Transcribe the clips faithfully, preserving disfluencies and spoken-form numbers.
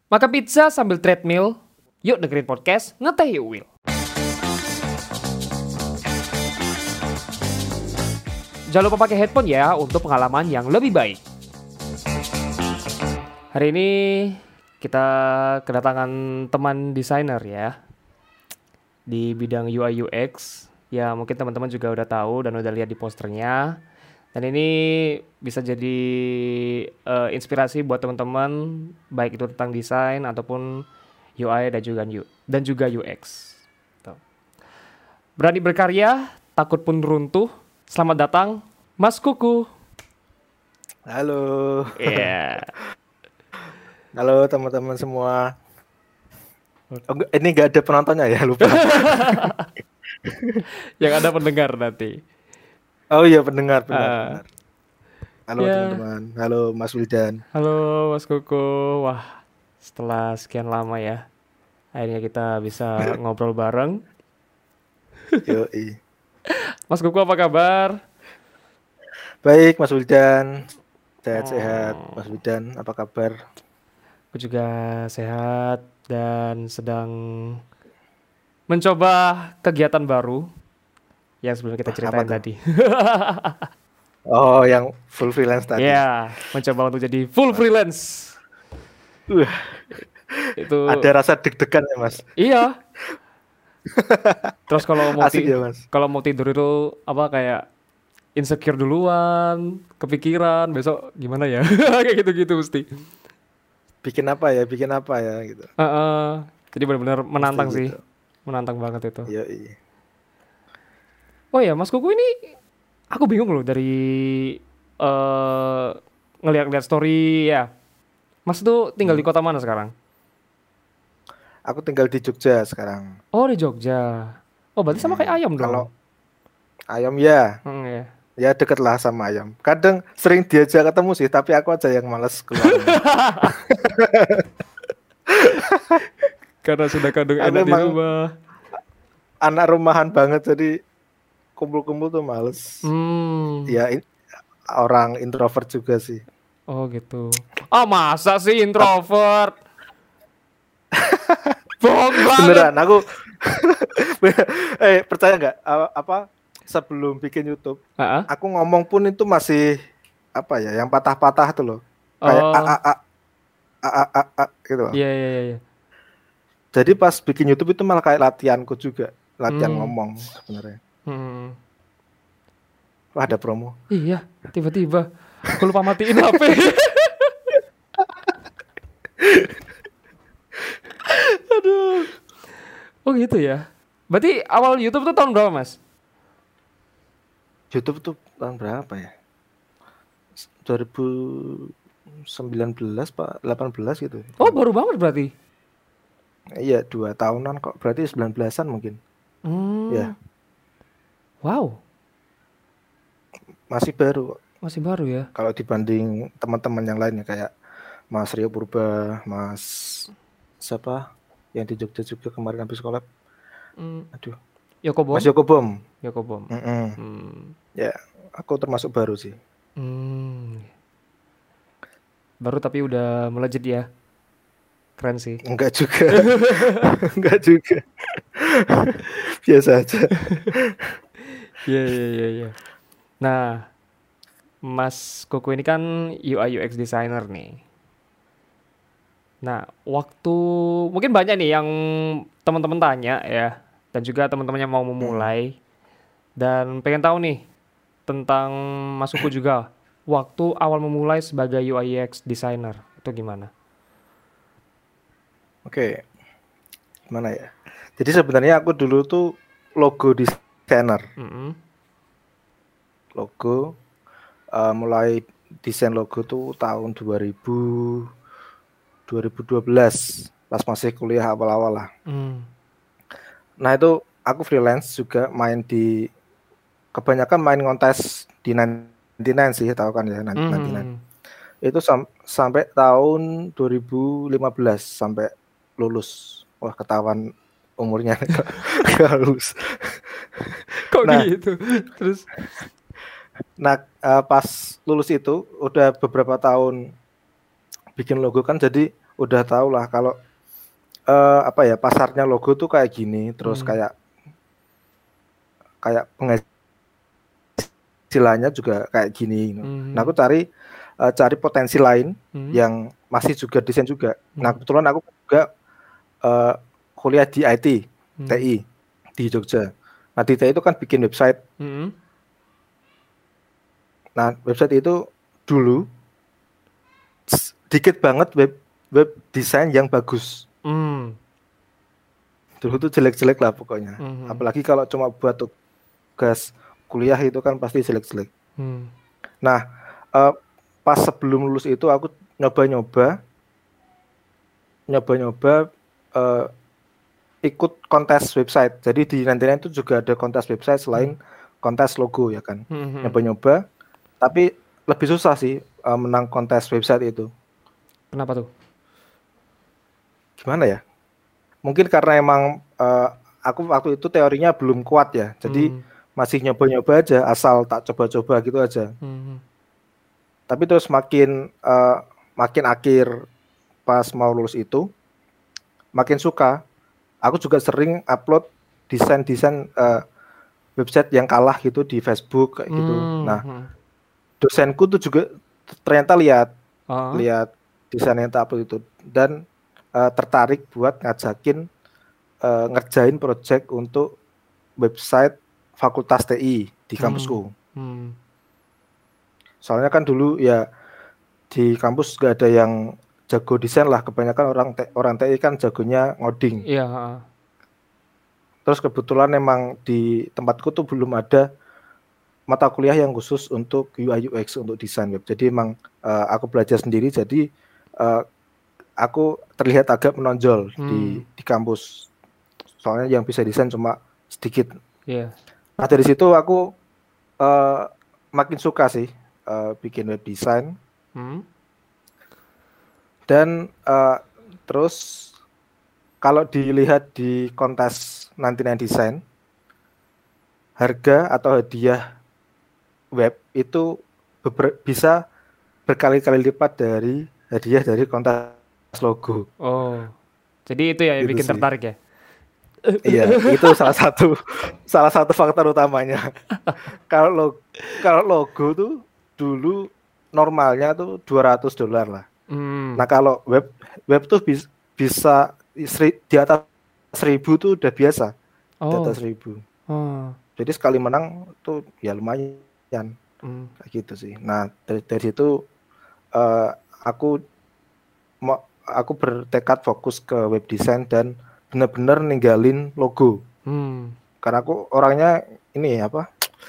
Makan pizza sambil treadmill, yuk dengerin podcast Ngeteh Yuk Will. Jangan lupa pakai headphone ya untuk pengalaman yang lebih baik. Hari ini kita kedatangan teman desainer ya di bidang U I U X. Ya mungkin teman-teman juga udah tahu dan udah lihat di posternya. Dan ini bisa jadi uh, inspirasi buat teman-teman, baik itu tentang desain ataupun U I dan juga dan juga U X. Tuh. Berani berkarya, takut pun runtuh. Selamat datang, Mas Kuku. Halo. Iya. Yeah. Halo teman-teman semua. Oh, ini nggak ada penontonnya ya, lupa. Yang ada pendengar nanti. Oh iya pendengar, benar, uh, benar. Halo yeah. teman-teman, halo Mas Wildan. Halo Mas Kuku. Wah, setelah sekian lama ya, akhirnya kita bisa ngobrol bareng. Yoi. Mas Kuku apa kabar? Baik Mas Wildan, sehat-sehat. Oh. Mas Wildan apa kabar? Aku juga sehat dan sedang mencoba kegiatan baru yang sebelum kita ceritain oh, tadi. Oh, yang full freelance tadi. Ya, mencoba untuk jadi full freelance. Uh, itu ada rasa deg-degan ya, Mas? Iya. Terus kalau mau ti- ya, kalau mau tidur itu apa kayak insecure duluan, kepikiran besok gimana ya? Kayak gitu-gitu mesti. Bikin apa ya? Bikin apa ya gitu. Uh-uh. Jadi benar-benar menantang mesti sih. Gitu. Menantang banget itu. Iya, iya. Oh ya, Mas Kuku ini aku bingung loh dari uh, ngeliat-ngeliat story ya. Mas tuh tinggal hmm. di kota mana sekarang? Aku tinggal di Jogja sekarang. Oh, di Jogja. Oh, berarti sama kayak Ayam dong. Kalau Ayam ya. Hmm, ya. Ya deket lah sama Ayam. Kadang sering diajak ketemu sih, tapi aku aja yang malas keluar. Karena sudah kadang enak di rumah. Anak rumahan banget, jadi kumpul-kumpul tuh males. Hmm. Ya in, orang introvert juga sih. Oh gitu. Ah masa sih introvert? Bohong banget. Beneran aku. eh percaya nggak? Apa sebelum bikin YouTube, uh-huh. aku ngomong pun itu masih apa ya? Yang patah-patah tuh loh. Kayak oh. a a a a a a, a gitu. Iya iya iya. Jadi pas bikin YouTube itu malah kayak latihanku juga, latihan hmm. ngomong sebenarnya. Hmm. Wah, ada promo. Iya, tiba-tiba aku lupa matiin H P. Aduh. Oh gitu ya. Berarti awal YouTube tuh tahun berapa, Mas? YouTube tuh tahun berapa ya? dua ribu sembilan belas, Pak, delapan belas gitu. Oh, baru banget berarti. Iya, dua tahunan kok. Berarti sembilan belasan mungkin. Hmm. Ya. Wow. Masih baru. Masih baru ya. Kalau dibanding teman-teman yang lainnya kayak Mas Rio Purba, Mas siapa yang di Jogja juga kemarin habis collab. Hmm. Aduh. Yokobom. Mas Yokobom. Yokobom. Hmm. Ya, aku termasuk baru sih. Hmm. Baru tapi udah melejit ya. Keren sih. Enggak juga. Enggak juga. Biasa aja. Iya iya iya iya. Nah, Mas Kuku ini kan U I U X designer nih. Nah, waktu mungkin banyak nih yang teman-teman tanya ya, dan juga teman-teman yang mau memulai hmm. dan pengen tahu nih tentang Mas Kuku juga. Waktu awal memulai sebagai U I U X designer itu gimana? Oke, gimana ya? Jadi sebenarnya aku dulu tuh logo designer. Mm-hmm. Logo, uh, mulai desain logo tuh tahun dua ribu, dua ribu dua belas, pas masih kuliah awal-awal lah. Mm. Nah itu aku freelance juga main di, kebanyakan main kontes di sembilan puluh sembilan sih, tahu kan ya, sembilan puluh sembilan. Mm. Itu sam- sampai tahun dua ribu lima belas sampai lulus. Wah, ketahuan umurnya gak lulus. Kok nah, gitu? Terus nah uh, pas lulus itu udah beberapa tahun bikin logo kan, jadi udah tahu lah kalau uh, apa ya pasarnya logo tuh kayak gini, terus Hmm. kayak kayak penghasilannya juga kayak gini. Hmm. Nah aku cari uh, cari potensi lain Hmm. yang masih juga desain juga. Hmm. Nah kebetulan aku juga uh, kuliah di I T, Hmm. T I di Jogja. Nah di T I itu kan bikin website. Hmm. Nah website itu dulu dikit banget web web desain yang bagus. Hmm. Dulu tuh jelek-jelek lah pokoknya. Hmm. Apalagi kalau cuma buat tugas kuliah itu kan pasti jelek-jelek. Hmm. Nah uh, pas sebelum lulus itu aku nyoba-nyoba nyoba-nyoba uh, ikut kontes website. Jadi di nantinya itu juga ada kontes website selain kontes logo ya kan. Hmm. Nyoba-nyoba, tapi lebih susah sih uh, menang kontes website itu. Kenapa tuh? Gimana ya? Mungkin karena emang uh, aku waktu itu teorinya belum kuat ya. Jadi Hmm. masih nyoba-nyoba aja, asal tak coba-coba gitu aja. Hmm. Tapi terus makin uh, makin akhir pas mau lulus itu, makin suka. Aku juga sering upload desain-desain uh, website yang kalah gitu di Facebook kayak gitu. Hmm. Nah, dosenku tuh juga ternyata lihat Uh. lihat desain yang tak upload itu dan uh, tertarik buat ngajakin uh, ngerjain project untuk website Fakultas T I di kampusku. Hmm. Hmm. Soalnya kan dulu ya di kampus gak ada yang jago desain lah, kebanyakan orang orang T I kan jagonya ngoding. Iya. Uh. Terus kebetulan emang di tempatku tuh belum ada mata kuliah yang khusus untuk U I U X untuk desain web. Jadi emang uh, aku belajar sendiri. Jadi uh, aku terlihat agak menonjol Hmm. di di kampus. Soalnya yang bisa desain cuma sedikit. Iya. Yeah. Nah dari situ aku uh, makin suka sih uh, bikin web design. Hmm. Dan uh, terus kalau dilihat di kontes nanti desain, harga atau hadiah web itu beber, bisa berkali-kali lipat dari hadiah dari kontes logo. Oh, jadi itu ya yang Gitu bikin sih. tertarik ya? Iya, itu salah satu salah satu faktor utamanya. Kalau logo, kalau logo tuh dulu normalnya tuh dua ratus dolar lah. Hmm. Nah kalau web web tuh bis, bisa seri, di atas seribu tuh udah biasa. Oh. Di atas seribu. Oh. Jadi sekali menang tuh ya lumayan. Hmm. Kayak gitu sih. Nah dari, dari situ uh, aku mau aku bertekad fokus ke web design dan benar-benar ninggalin logo. Hmm. Karena aku orangnya ini apa?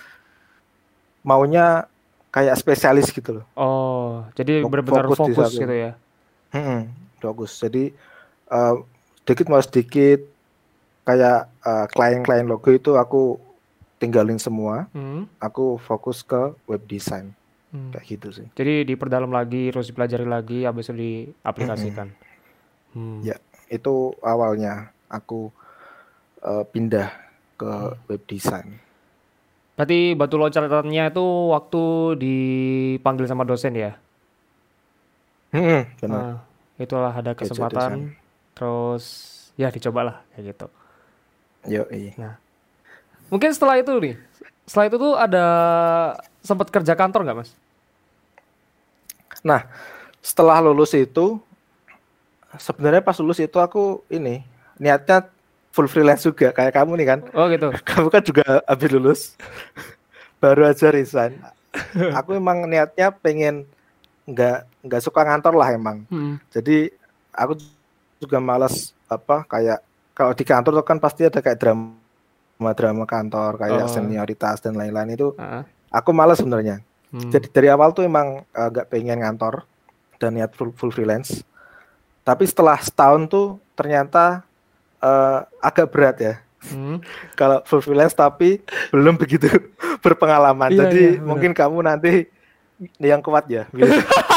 Maunya kayak spesialis gitu loh. Oh, jadi Fok- benar-benar Fokus, di fokus satu. gitu ya? Hmm, fokus. Jadi uh, sedikit mau sedikit kayak uh, klien-klien logo itu aku tinggalin semua. Hmm. Aku fokus ke web design. Hmm. Kayak gitu sih. Jadi diperdalam lagi, terus dipelajari lagi, habis itu diaplikasikan. Hmm. Ya, itu awalnya aku uh, pindah ke hmm. web design. Berarti batu loncatannya itu waktu dipanggil sama dosen ya? Hmm, benar. Nah, itulah ada kesempatan, terus ya dicobalah kayak gitu. Yo, iya. Nah, mungkin setelah itu nih, setelah itu tuh ada sempat kerja kantor nggak, Mas? Nah, setelah lulus itu, sebenarnya pas lulus itu aku ini niatnya full freelance juga kayak kamu nih kan. Oh gitu. Kamu kan juga habis lulus, baru aja resign. Aku emang niatnya pengen nggak nggak suka ngantor lah emang. Hmm. Jadi aku juga malas apa kayak kalau di kantor tuh kan pasti ada kayak drama drama kantor kayak oh. senioritas dan lain-lain itu. Uh-huh. Aku malas sebenarnya. Hmm. Jadi dari awal tuh emang nggak uh, pengen ngantor dan niat full, full freelance. Tapi setelah setahun tuh ternyata uh, agak berat ya. Hmm. Kalau full freelance tapi belum begitu berpengalaman. Iya, jadi iya, mungkin kamu nanti yang kuat ya. Oke.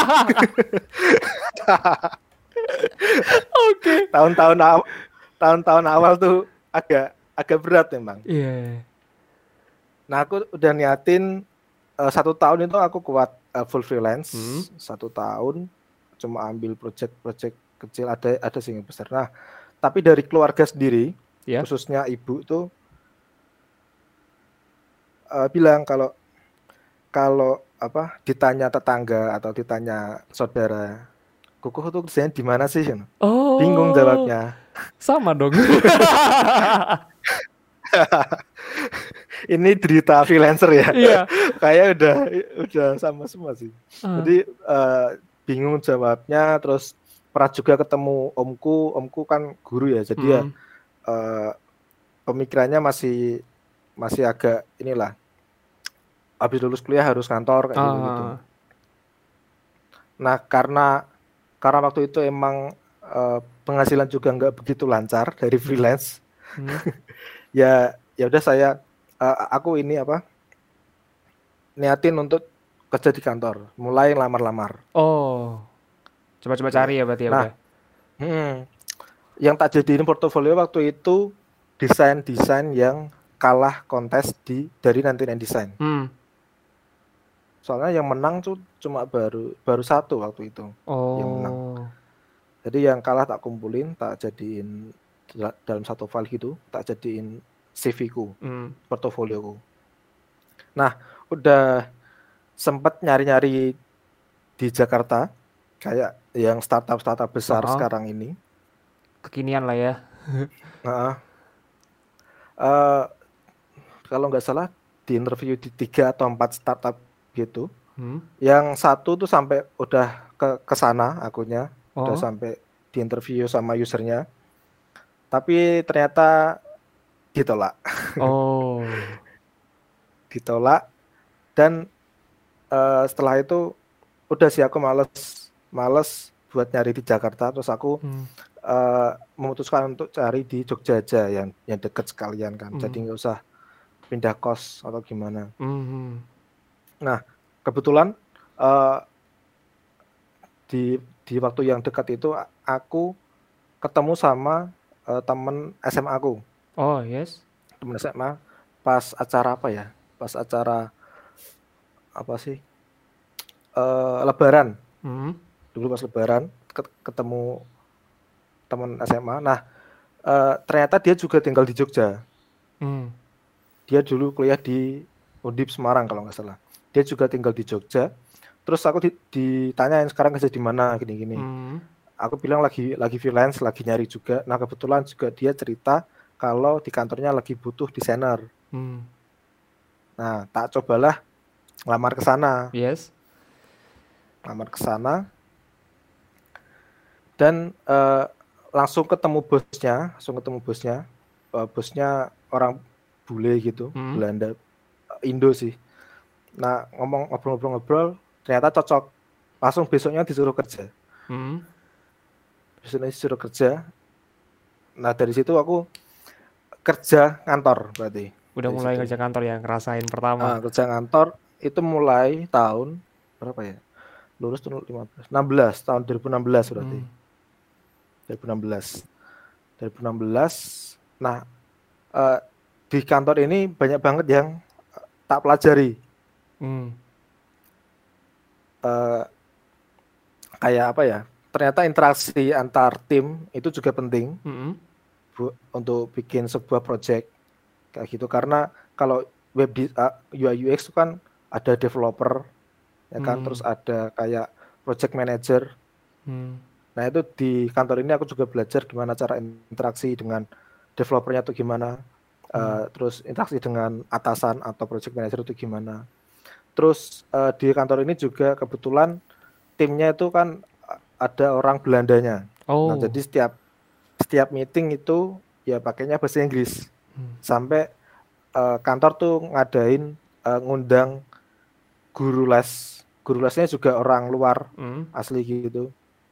Okay. Tahun-tahun awal, tahun-tahun awal tuh agak agak berat memang. Iya. Yeah. Nah aku udah niatin uh, satu tahun itu aku kuat uh, full freelance. Hmm. Satu tahun cuma ambil project-project kecil, ada ada sih yang besar. Nah, tapi dari keluarga sendiri, Ya. khususnya ibu tuh uh, bilang kalau kalau apa ditanya tetangga atau ditanya saudara, kukuh tuh kerjanya di mana sih? Gitu. Bingung Oh, jawabnya. sama dong. Ini derita freelancer ya. Iya. Kayak udah udah sama semua sih. Uh, Jadi uh, bingung jawabnya, terus pernah juga ketemu omku, omku kan guru ya. Jadi ya mm, uh, pemikirannya masih masih agak inilah. Habis lulus kuliah harus kantor kayak gitu-gitu. uh, Nah, karena karena waktu itu emang uh, penghasilan juga nggak begitu lancar dari freelance. mm. ya ya udah saya uh, aku ini apa niatin untuk kerja di kantor, mulai lamar-lamar. Oh, coba-coba cari ya berarti ya Nah, udah. hmm, yang tak jadiin portofolio waktu itu desain-desain yang kalah kontes di dari nanti desain. Hmm. Soalnya yang menang tuh cuma baru baru satu waktu itu Oh. yang menang. Jadi yang kalah tak kumpulin, tak jadiin dalam satu file gitu, tak jadiin C V-ku, Hmm. portofolioku. Nah, udah sempat nyari-nyari di Jakarta, kayak yang startup-startup besar Uh-huh. sekarang ini. Kekinian lah ya. Nah, uh, kalau nggak salah di interview di tiga atau empat startup gitu. Hmm. Yang satu tuh sampai udah ke kesana akunya, Oh. udah sampai di interview sama usernya. Tapi ternyata ditolak. Oh. ditolak dan uh, setelah itu udah sih aku males males buat nyari di Jakarta, terus aku hmm. uh, memutuskan untuk cari di Jogja aja yang yang deket sekalian kan, hmm. jadi nggak usah pindah kos atau gimana. Hmm. Nah kebetulan uh, di di waktu yang dekat itu aku ketemu sama uh, temen S M A aku. Oh yes. Temen S M A pas acara apa ya? Pas acara apa sih? Uh, lebaran. Hmm. Dulu pas lebaran ketemu teman S M A. Nah, uh, ternyata dia juga tinggal di Jogja. Hmm. Dia dulu kuliah di Undip Semarang kalau nggak salah. Dia juga tinggal di Jogja. Terus aku ditanyain sekarang kerja di mana gini-gini. Hmm. Aku bilang lagi lagi freelance, lagi nyari juga. Nah, kebetulan juga dia cerita kalau di kantornya lagi butuh desainer. Hmm. Nah, tak cobalah lamar ke sana. Yes. Lamar ke sana. Dan uh, langsung ketemu bosnya, langsung ketemu bosnya. Uh, bosnya orang bule gitu, hmm. Belanda, Indo sih. Nah, ngomong ngobrol-ngobrol, ternyata cocok. Langsung besoknya disuruh kerja. Hmm. Besoknya disuruh kerja. Nah, dari situ aku kerja kantor berarti. Udah dari mulai situ. kerja kantor ya, ngerasain pertama. Nah, kerja kantor itu mulai tahun berapa ya? Lulus tuh lima belas, enam belas, tahun dua ribu enam belas berarti. Hmm. dua ribu enam belas. dua ribu enam belas. Nah, uh, di kantor ini banyak banget yang tak pelajari. Hmm. Uh, kayak apa ya? Ternyata interaksi antar tim itu juga penting hmm. bu, untuk bikin sebuah project kayak gitu. Karena kalau web di, uh, U I U X itu kan ada developer, ya kan, hmm. terus ada kayak project manager. Hmm. Nah itu di kantor ini aku juga belajar gimana cara interaksi dengan developernya itu gimana, hmm. uh, terus interaksi dengan atasan atau project manager itu gimana. Terus uh, di kantor ini juga kebetulan timnya itu kan ada orang Belandanya. Oh. Nah jadi setiap setiap meeting itu ya pakainya bahasa Inggris. Hmm. Sampai uh, kantor tuh ngadain uh, ngundang guru les. Guru lesnya juga orang luar, hmm. asli gitu.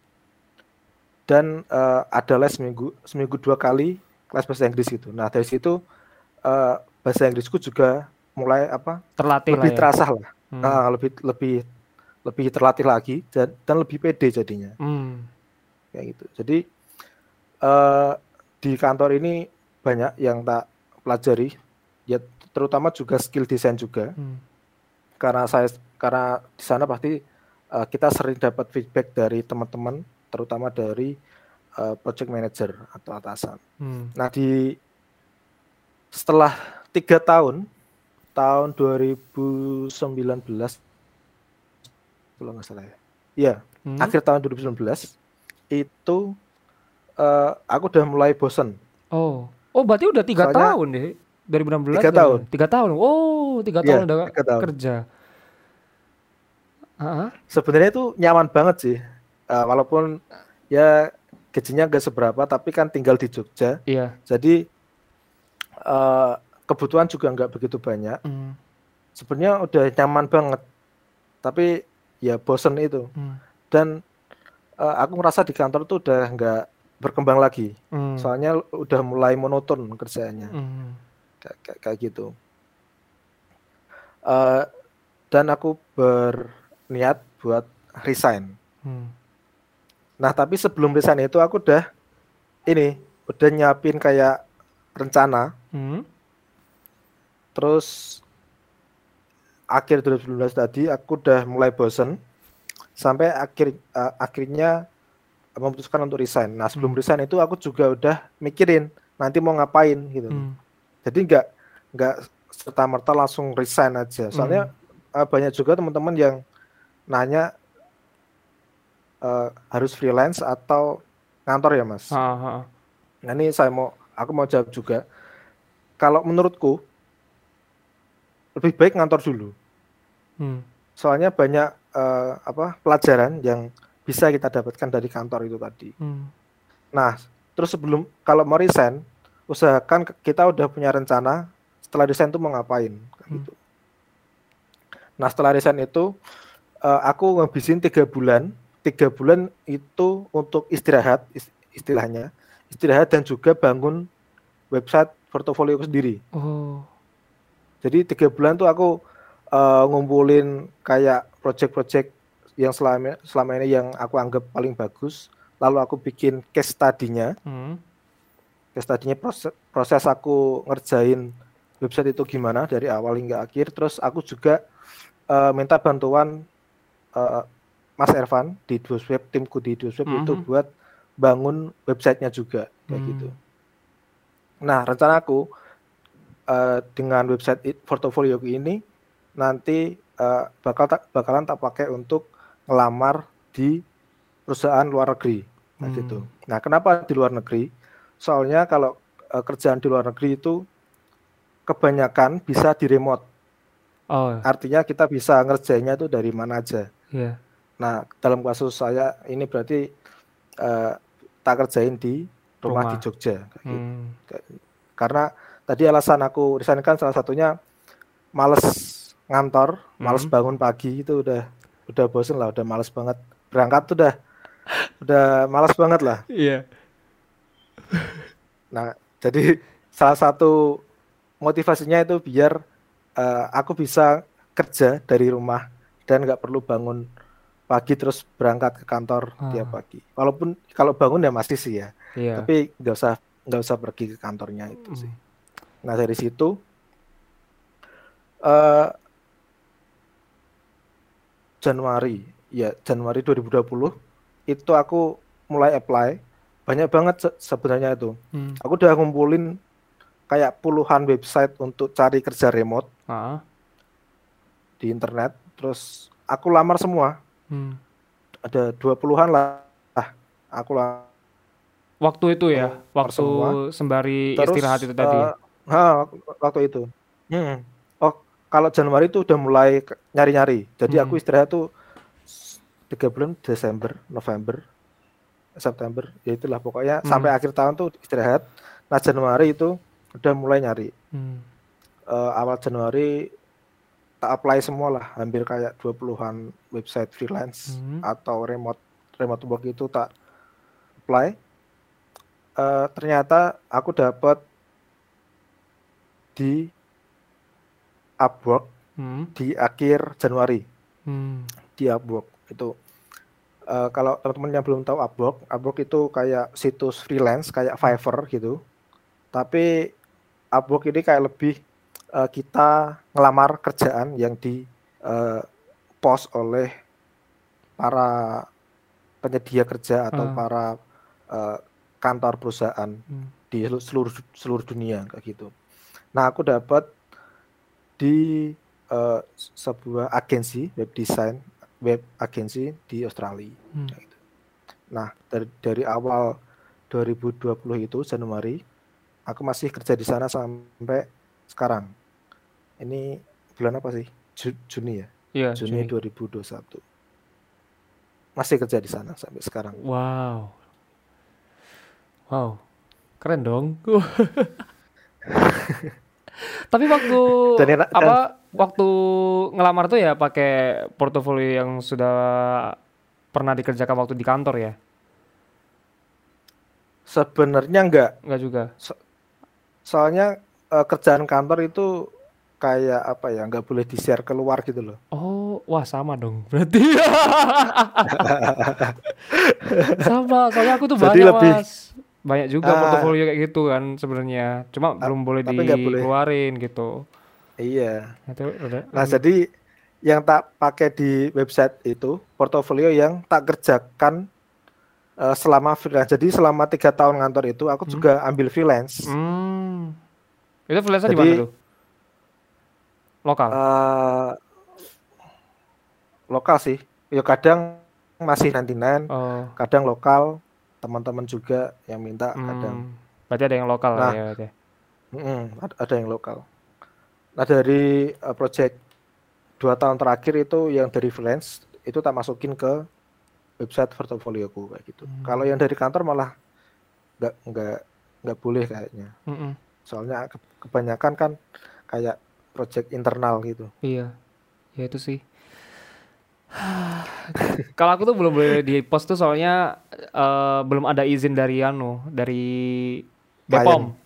Dan uh, ada les seminggu seminggu dua kali les bahasa Inggris gitu. Nah dari situ uh, bahasa Inggrisku juga mulai apa terlatih lebih lah ya. terasah lah, hmm. nah, lebih lebih lebih terlatih lagi dan, dan lebih pede jadinya, hmm. kayak gitu. Jadi uh, di kantor ini banyak yang tak pelajari, ya terutama juga skill desain juga, hmm. karena saya karena di sana pasti uh, kita sering dapat feedback dari teman-teman, terutama dari uh, project manager atau atasan. Hmm. Nah di setelah tiga tahun, tahun dua ribu sembilan belas kalau nggak salah ya, ya Hmm. akhir tahun dua ribu sembilan belas itu uh, aku udah mulai bosen. Oh, oh berarti udah tiga Soalnya tahun deh, dua ribu enam belas tiga tahun, tiga tahun. Oh, tiga iya tahun udah tiga tahun. kerja. Uh-huh. Sebenarnya itu nyaman banget sih, uh, walaupun ya gajinya gak seberapa, tapi kan tinggal di Jogja. Iya. Jadi uh, kebutuhan juga nggak begitu banyak. Hmm. Sebenarnya udah nyaman banget, tapi ya bosen itu. Hmm. Dan uh, aku ngerasa di kantor tuh udah nggak berkembang lagi. Hmm. Soalnya udah mulai monoton kerjaannya. Hmm. Kayak, kayak, kayak gitu. Uh, dan aku berniat buat resign. Hmm. Nah tapi sebelum resign itu aku udah ini udah nyiapin kayak rencana. Hmm. Terus akhir dua ribu sembilan belas tadi aku udah mulai bosen sampai akhir uh, akhirnya memutuskan untuk resign. Nah sebelum Hmm. resign itu aku juga udah mikirin nanti mau ngapain gitu. Hmm. Jadi nggak nggak serta merta langsung resign aja. Soalnya hmm. uh, banyak juga teman-teman yang nanya uh, harus freelance atau ngantor ya mas. Ha-ha. Nah ini saya mau aku mau jawab juga. Kalau menurutku lebih baik ngantor dulu. Hmm. Soalnya banyak uh, apa pelajaran yang bisa kita dapatkan dari kantor itu tadi. Hmm. Nah, terus sebelum kalau mau resign, usahakan kita udah punya rencana setelah resign itu mau ngapain, kayak Hmm. gitu. Nah, setelah resign itu uh, aku ngabisin tiga bulan, tiga bulan itu untuk istirahat, istilahnya, istirahat dan juga bangun website portofolio sendiri. Oh. Jadi tiga bulan tuh aku uh, ngumpulin kayak project-project yang selama selama ini yang aku anggap paling bagus. Lalu aku bikin case study-nya. Hmm. Case study-nya proses, proses aku ngerjain website itu gimana dari awal hingga akhir. Terus aku juga uh, minta bantuan uh, Mas Ervan di Dosweb, timku di Dosweb Hmm. itu buat bangun websitenya juga kayak Hmm. gitu. Nah rencana aku Uh, dengan website portofolio ini nanti uh, bakal tak bakalan tak pakai untuk ngelamar di perusahaan luar negeri, nah Hmm. gitu. Nah kenapa di luar negeri? Soalnya kalau uh, kerjaan di luar negeri itu kebanyakan bisa di remote. Oh. Artinya kita bisa ngerjainnya itu dari mana aja. Yeah. Nah dalam kasus saya ini berarti uh, tak kerjain di rumah, rumah. di Jogja, kayak hmm. gitu. Karena tadi alasan aku resign kan salah satunya males ngantor, males hmm. bangun pagi itu udah udah bosen lah, udah males banget berangkat tuh udah udah males banget lah. Iya. Yeah. Nah jadi salah satu motivasinya itu biar uh, aku bisa kerja dari rumah dan nggak perlu bangun pagi terus berangkat ke kantor ah. tiap pagi. Walaupun kalau bangun ya masih sih ya, yeah. tapi nggak usah nggak usah pergi ke kantornya itu hmm. sih. Nah dari situ uh, Januari ya Januari dua ribu dua puluh itu aku mulai apply banyak banget se- sebenarnya itu. Hmm. Aku udah ngumpulin kayak puluhan website untuk cari kerja remote ah. di internet. Terus aku lamar semua. Hmm. Ada dua puluhan lah. Aku lamar. Waktu itu ya, waktu semua. Sembari Terus, istirahat itu tadi. Uh, ha, waktu itu. Hmm. Oh, kalau Januari itu udah mulai nyari-nyari. Jadi hmm. aku istirahat tuh tiga bulan, Desember, November, September, ya itulah pokoknya hmm. sampai akhir tahun tuh istirahat. Nah Januari itu udah mulai nyari. Hmm. Uh, awal Januari tak apply semua lah, hampir kayak dua puluhan website freelance hmm. atau remote remote work itu tak apply. Uh, ternyata aku dapat di Upwork hmm. di akhir Januari. Hmm. Di Upwork itu uh, kalau teman-teman yang belum tahu Upwork, Upwork itu kayak situs freelance kayak Fiverr gitu. Tapi Upwork ini kayak lebih uh, kita ngelamar kerjaan yang di uh, post oleh para penyedia kerja atau uh. para uh, kantor perusahaan Hmm. di seluruh seluruh dunia kayak gitu. Nah, aku dapat di uh, sebuah agensi web design, web agensi di Australia. Hmm. Kayak gitu. Nah, dari dari awal dua ribu dua puluh itu Januari, aku masih kerja di sana sampai sekarang. Ini bulan apa sih? Ju- Juni ya? Iya, Juni Juni. dua ribu dua puluh satu. Masih kerja di sana sampai sekarang. Wow. Wow. Keren dong. Tapi waktu Dan enak dan apa waktu ngelamar tuh ya pakai portofolio yang sudah pernah dikerjakan waktu di kantor ya? sebenarnya enggak. Enggak juga. So- soalnya eh, kerjaan kantor itu kayak apa ya? Nggak boleh di-share keluar gitu loh. Oh, wah sama dong. Berarti sama. Soalnya aku tuh Jadi banyak, lebih Mas. Banyak juga ah, portofolio kayak gitu kan sebenarnya. Cuma ah, belum boleh tapi nggak boleh. dikeluarin gitu. Iya. Itu udah Nah, mm, jadi yang tak pakai di website itu portofolio yang tak kerjakan eh, selama freelance. Jadi selama tiga tahun ngantor itu aku hmm, juga ambil freelance. hmm. Itu freelance di mana Jadi tuh? Lokal. eh, lokal sih. Ya kadang masih sembilan puluh sembilan, Oh, kadang lokal, teman-teman juga yang minta kadang. hmm. Berarti ada yang lokal lah Nah, ya, berarti. mm, ad- ada yang lokal. Nah, dari eh, project dua tahun terakhir itu yang dari freelance itu tak masukin ke website portofolioku kayak gitu. Kalau yang dari kantor malah nggak nggak nggak boleh kayaknya. Mm-mm. Soalnya ke- kebanyakan kan kayak project internal gitu. Iya, ya itu sih. Kalau aku tuh belum boleh di post tuh soalnya eh, belum ada izin dari anu, dari Bepom. Klien.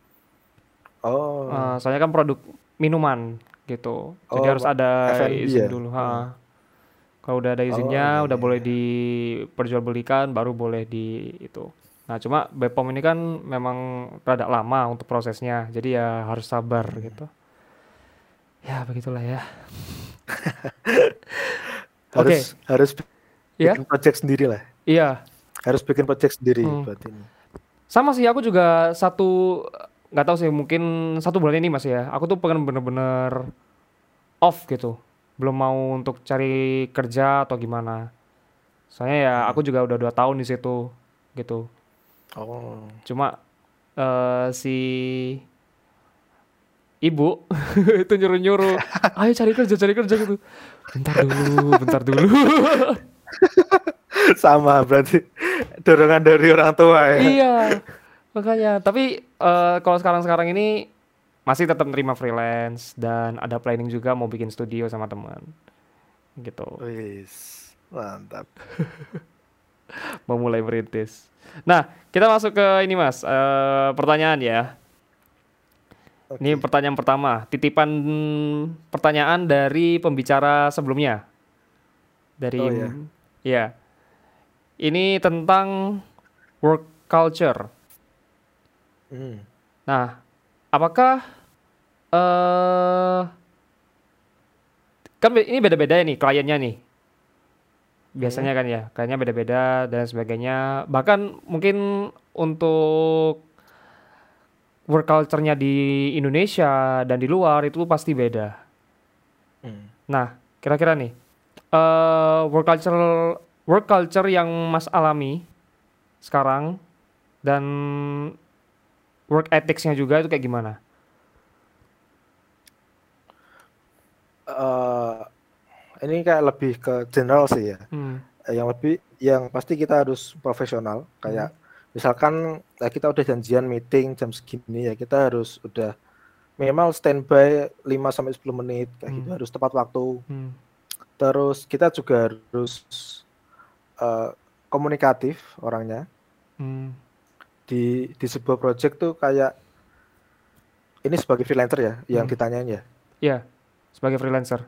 Oh, Eh, soalnya kan produk minuman gitu. Jadi harus oh, ada F and B izin ya. dulu. Hmm. Ha. Kalau udah ada Oh iya izinnya, udah iya boleh iya. diperjualbelikan, baru boleh di itu. Nah, cuma Bepom ini kan memang rada lama untuk prosesnya, jadi ya harus sabar Hmm. gitu. Ya, begitulah ya. Oke, Harus harus ya, bikin project sendiri lah. iya. Harus bikin project sendiri Hmm. buat ini. Sama sih, aku juga satu, nggak tahu sih, mungkin satu bulan ini mas ya. Aku tuh pengen bener-bener off gitu. Belum mau untuk cari kerja atau gimana. Soalnya ya Hmm. aku juga udah dua tahun di situ gitu. Oh. Cuma eh, si ibu itu nyuruh-nyuruh, ayo cari kerja, cari kerja gitu. Bentar dulu, bentar dulu. Sama berarti dorongan dari orang tua ya. Iya, makanya. Tapi eh, kalau sekarang-sekarang ini masih tetap nerima freelance dan ada planning juga mau bikin studio sama teman gitu. Wis, mantap. Mau mulai merintis. Nah, kita masuk ke ini Mas, eh, pertanyaan ya. Ini Oke. pertanyaan pertama, titipan pertanyaan dari pembicara sebelumnya. Dari Oh ya. ya, ini tentang work culture. Hmm. Nah, apakah eh kan be- ini beda-beda ya nih kliennya nih. Hmm. Biasanya kan ya, kayaknya beda-beda dan sebagainya. Bahkan mungkin untuk work culture-nya di Indonesia dan di luar itu pasti beda. Hmm. Nah, kira-kira nih, eh work culture work culture yang Mas alami sekarang dan work ethics-nya juga itu kayak gimana? Eh, ini kayak lebih ke general sih ya. Hmm, Eh, Yang lebih, yang pasti kita harus profesional. hmm, Kayak misalkan eh, kita udah janjian meeting jam segini ya kita harus udah minimal standby lima sampai sepuluh menit kayak gitu hmm, harus tepat waktu. hmm, Terus kita juga harus eh, komunikatif orangnya hmm. di di sebuah project tuh kayak ini sebagai freelancer ya yang Hmm. ditanyain ya Ya, sebagai freelancer.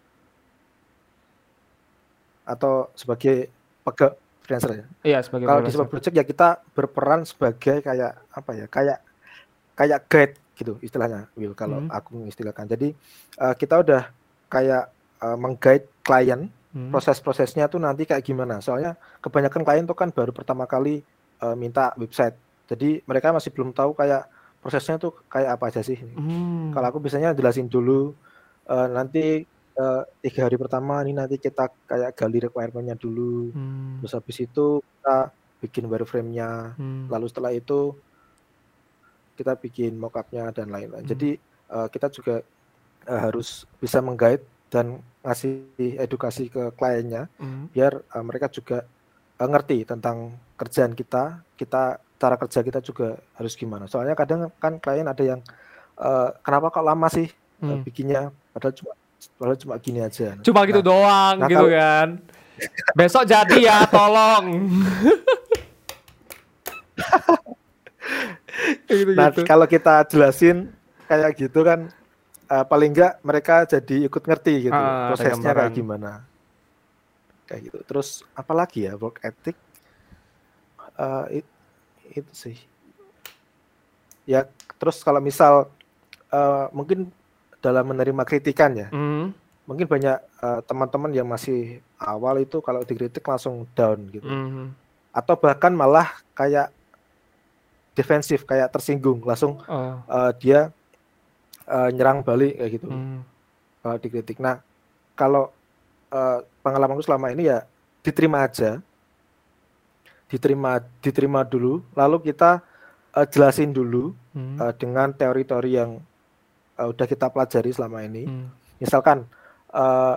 atau sebagai pegawai freelancer ya. Iya, sebagai Kalau di freelancer. sebuah project ya kita berperan sebagai kayak apa ya kayak kayak guide gitu istilahnya Will kalau Hmm, aku mengistilahkan. Jadi eh, kita udah kayak eh, mengguide klien hmm, proses-prosesnya tuh nanti kayak gimana. Soalnya kebanyakan klien tuh kan baru pertama kali uh, minta website. Jadi mereka masih belum tahu kayak prosesnya tuh kayak apa aja sih. Hmm. Kalau aku biasanya jelasin dulu uh, nanti uh, tiga hari pertama ini nanti kita kayak gali requirement-nya dulu. Hmm. Terus habis itu kita bikin wireframe-nya. Hmm. Lalu setelah itu kita bikin mockup-nya dan lain-lain. Hmm. Jadi uh, kita juga uh, harus bisa meng-guide dan ngasih edukasi ke kliennya hmm. biar uh, mereka juga uh, ngerti tentang kerjaan kita, kita cara kerja kita juga harus gimana. Soalnya kadang kan klien ada yang uh, kenapa kok lama sih hmm. uh, bikinnya, padahal cuma padahal cuma gini aja. Cuma nah, gitu doang nah, gitu kalau... kan. Besok jadi ya, tolong. Nah gitu. Kalau kita jelasin kayak gitu kan uh, paling enggak mereka jadi ikut ngerti gitu ah, prosesnya kayak gimana kayak gitu. Terus apalagi ya work ethic uh, it, itu sih ya. Terus kalau misal uh, mungkin dalam menerima kritikan ya mm. mungkin banyak uh, teman-teman yang masih awal itu kalau dikritik langsung down gitu mm. atau bahkan malah kayak defensif, kayak tersinggung langsung oh. uh, dia uh, nyerang balik kayak gitu hmm. kalau dikritik. Nah kalau uh, pengalamanku selama ini ya diterima aja, diterima diterima dulu, lalu kita uh, jelasin dulu hmm. uh, dengan teori-teori yang uh, udah kita pelajari selama ini. Hmm. Misalkan uh,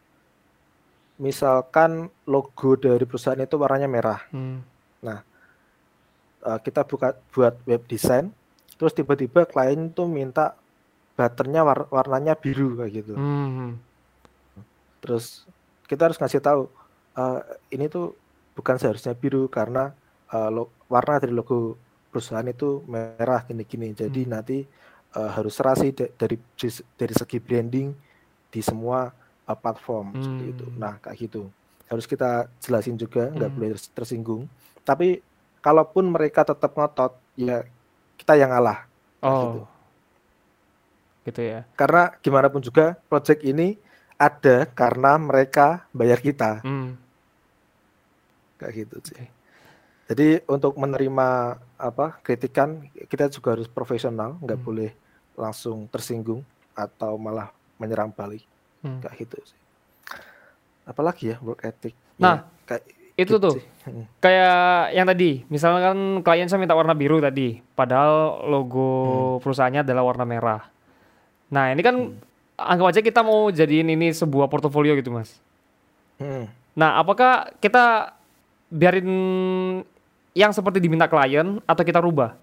misalkan logo dari perusahaan itu warnanya merah. Hmm. Nah kita buka buat web design, terus tiba-tiba klien tuh minta buttonnya war, warnanya biru kayak gitu. Hmm. Terus kita harus ngasih tahu uh, ini tuh bukan seharusnya biru karena uh, lo, warna dari logo perusahaan itu merah gini-gini. Jadi hmm. nanti uh, harus serasi d- dari dari segi branding di semua uh, platform hmm. seperti itu. Nah kayak gitu harus kita jelasin juga, nggak hmm. boleh tersinggung. Tapi kalaupun mereka tetap ngotot, ya kita yang ngalah. Oh, gitu. gitu ya. Karena gimana pun juga, project ini ada karena mereka bayar kita. Hmm. Kayak gitu sih. Okay. Jadi untuk menerima apa kritikan, kita juga harus profesional, nggak hmm. boleh langsung tersinggung atau malah menyerang balik. Hmm. Kayak gitu sih. Apalagi ya work ethic. Nah, ya, kayak itu tuh hmm. kayak yang tadi misalkan klien saya minta warna biru tadi padahal logo hmm. perusahaannya adalah warna merah. Nah ini kan hmm. anggap aja kita mau jadiin ini sebuah portofolio gitu mas. hmm. Nah apakah kita biarin yang seperti diminta klien atau kita rubah?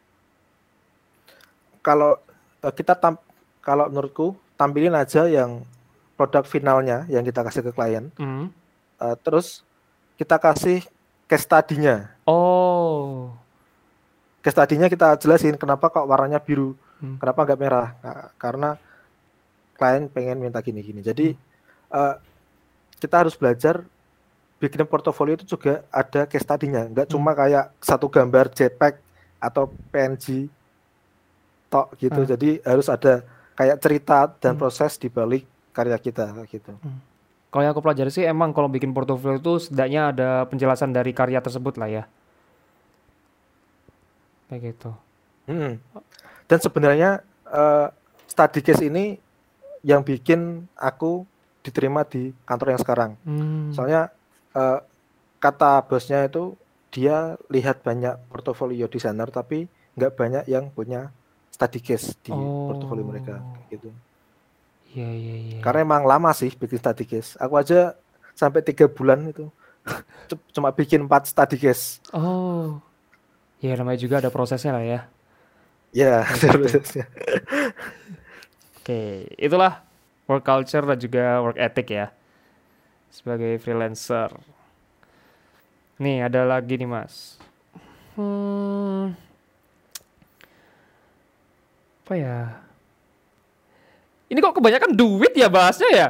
Kalau kita tam kalau menurutku tampilin aja yang produk finalnya yang kita kasih ke klien. hmm. uh, terus kita kasih case study-nya. Oh. Case study-nya kita jelasin kenapa kok warnanya biru, hmm. kenapa nggak merah. Nah, karena klien pengen minta gini-gini. Jadi hmm. uh, kita harus belajar bikin portofolio itu juga ada case study-nya. Nggak hmm. cuma kayak satu gambar JPEG atau P N G tok gitu. Hmm. Jadi harus ada kayak cerita dan hmm. proses di balik karya kita gitu. Hmm. Kalau yang aku pelajari sih emang kalau bikin portofolio itu setidaknya ada penjelasan dari karya tersebut lah ya. Kayak gitu. Hmm. Dan sebenarnya uh, study case ini yang bikin aku diterima di kantor yang sekarang. Hmm. Soalnya uh, kata bosnya itu dia lihat banyak portofolio desainer tapi nggak banyak yang punya study case di oh. portofolio mereka gitu. Iya, iya, iya. Karena emang lama sih bikin study case. Aku aja sampai tiga bulan itu cuma bikin empat study case. Oh, ya namanya juga ada prosesnya lah ya. Ya, ada prosesnya. Oke, itulah work culture dan juga work ethic ya sebagai freelancer. Nih ada lagi nih mas. Hmm, apa ya? Ini kok kebanyakan duit ya bahasnya ya?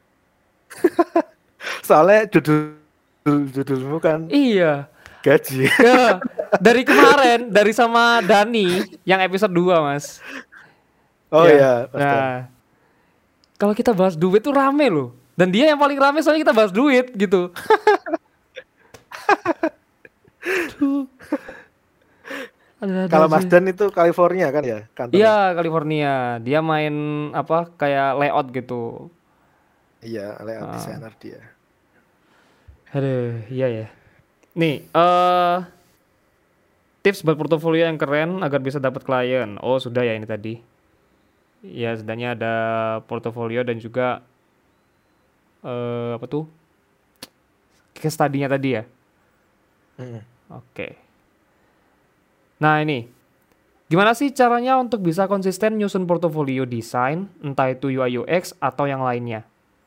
Soalnya judul judulmu kan iya gaji. Ya, dari kemarin dari sama Dani yang episode dua mas. Oh ya, iya. Nah, kalau kita bahas duit tuh rame loh. Dan dia yang paling rame soalnya kita bahas duit gitu. Aduh, ada-ada Kalau aja. Mas Dan itu California kan ya kantornya? Iya, California. Dia main apa kayak layout gitu. Iya, layout Ah, designer dia. aduh, iya ya. Nih, eh tips buat portofolio yang keren agar bisa dapat klien. Oh, sudah ya ini tadi. Ya, setidaknya ada portofolio dan juga eh apa tuh? Case study-nya tadi ya. Mm. Oke. Nah, ini gimana sih caranya untuk bisa konsisten nyusun portofolio desain, entah itu U I U X atau yang lainnya?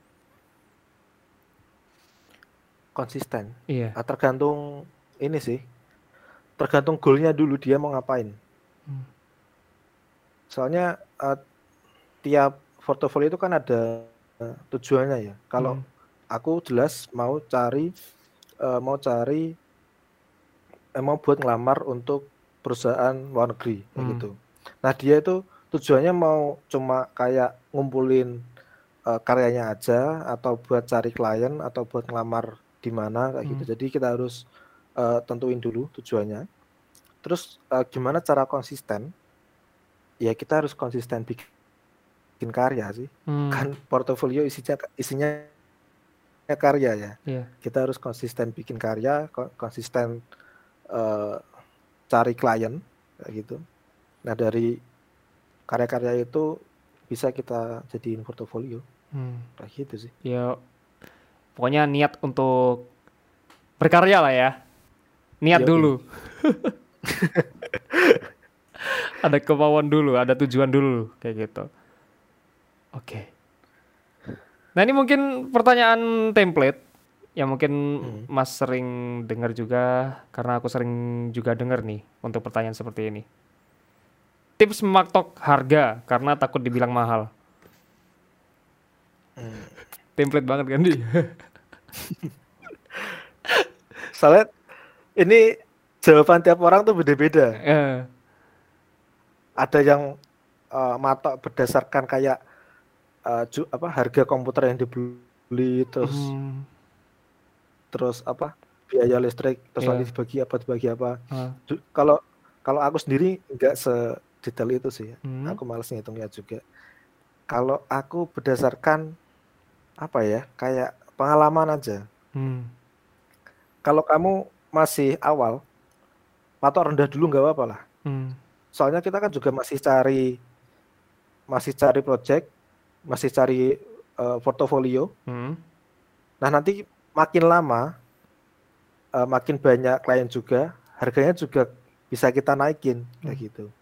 Konsisten. Iya. Ah, tergantung ini sih, tergantung goalnya dulu dia mau ngapain. Soalnya eh, tiap portofolio itu kan ada eh, tujuannya ya. Kalau Hmm. aku jelas mau cari eh, mau cari eh, mau buat ngelamar untuk perusahaan luar negeri kayak Hmm. gitu. Nah dia itu tujuannya mau cuma kayak ngumpulin eh, karyanya aja atau buat cari klien atau buat ngelamar di mana kayak Hmm. gitu. Jadi kita harus eh, tentuin dulu tujuannya. Terus eh, gimana cara konsisten? Ya kita harus konsisten bikin karya sih. Hmm. Kan portofolio isinya isinya karya ya. Iya. Kita harus konsisten bikin karya, ko- konsisten eh, cari klien kayak gitu. Nah dari karya-karya itu bisa kita jadiin portofolio Hmm. kayak gitu sih. Ya, pokoknya niat untuk berkarya lah ya. Niat Yoi. dulu. Ada kemauan dulu, ada tujuan dulu, kayak gitu. Oke. Nah, ini mungkin pertanyaan template yang mungkin Hmm. Mas sering dengar juga karena aku sering juga dengar nih untuk pertanyaan seperti ini. Tips mematok harga karena takut dibilang mahal. Hmm. Template banget kan dia? Soalnya ini jawaban tiap orang tuh beda-beda. Eh, Ada yang eh, matok berdasarkan kayak eh, ju- apa harga komputer yang dibeli, terus hmm, terus apa biaya listrik, terus nanti ya. dibagi apa dibagi apa. Ah, Ju- Kalau kalau aku sendiri nggak sedetail itu sih. hmm, Aku males ngitungnya juga. Kalau aku berdasarkan apa ya kayak pengalaman aja. hmm, Kalau kamu masih awal, patok rendah dulu nggak apa-apa lah. hmm, Soalnya kita kan juga masih cari masih cari project, masih cari eh, portofolio. hmm, Nah nanti makin lama, eh, makin banyak klien juga, harganya juga bisa kita naikin kayak hmm. gitu.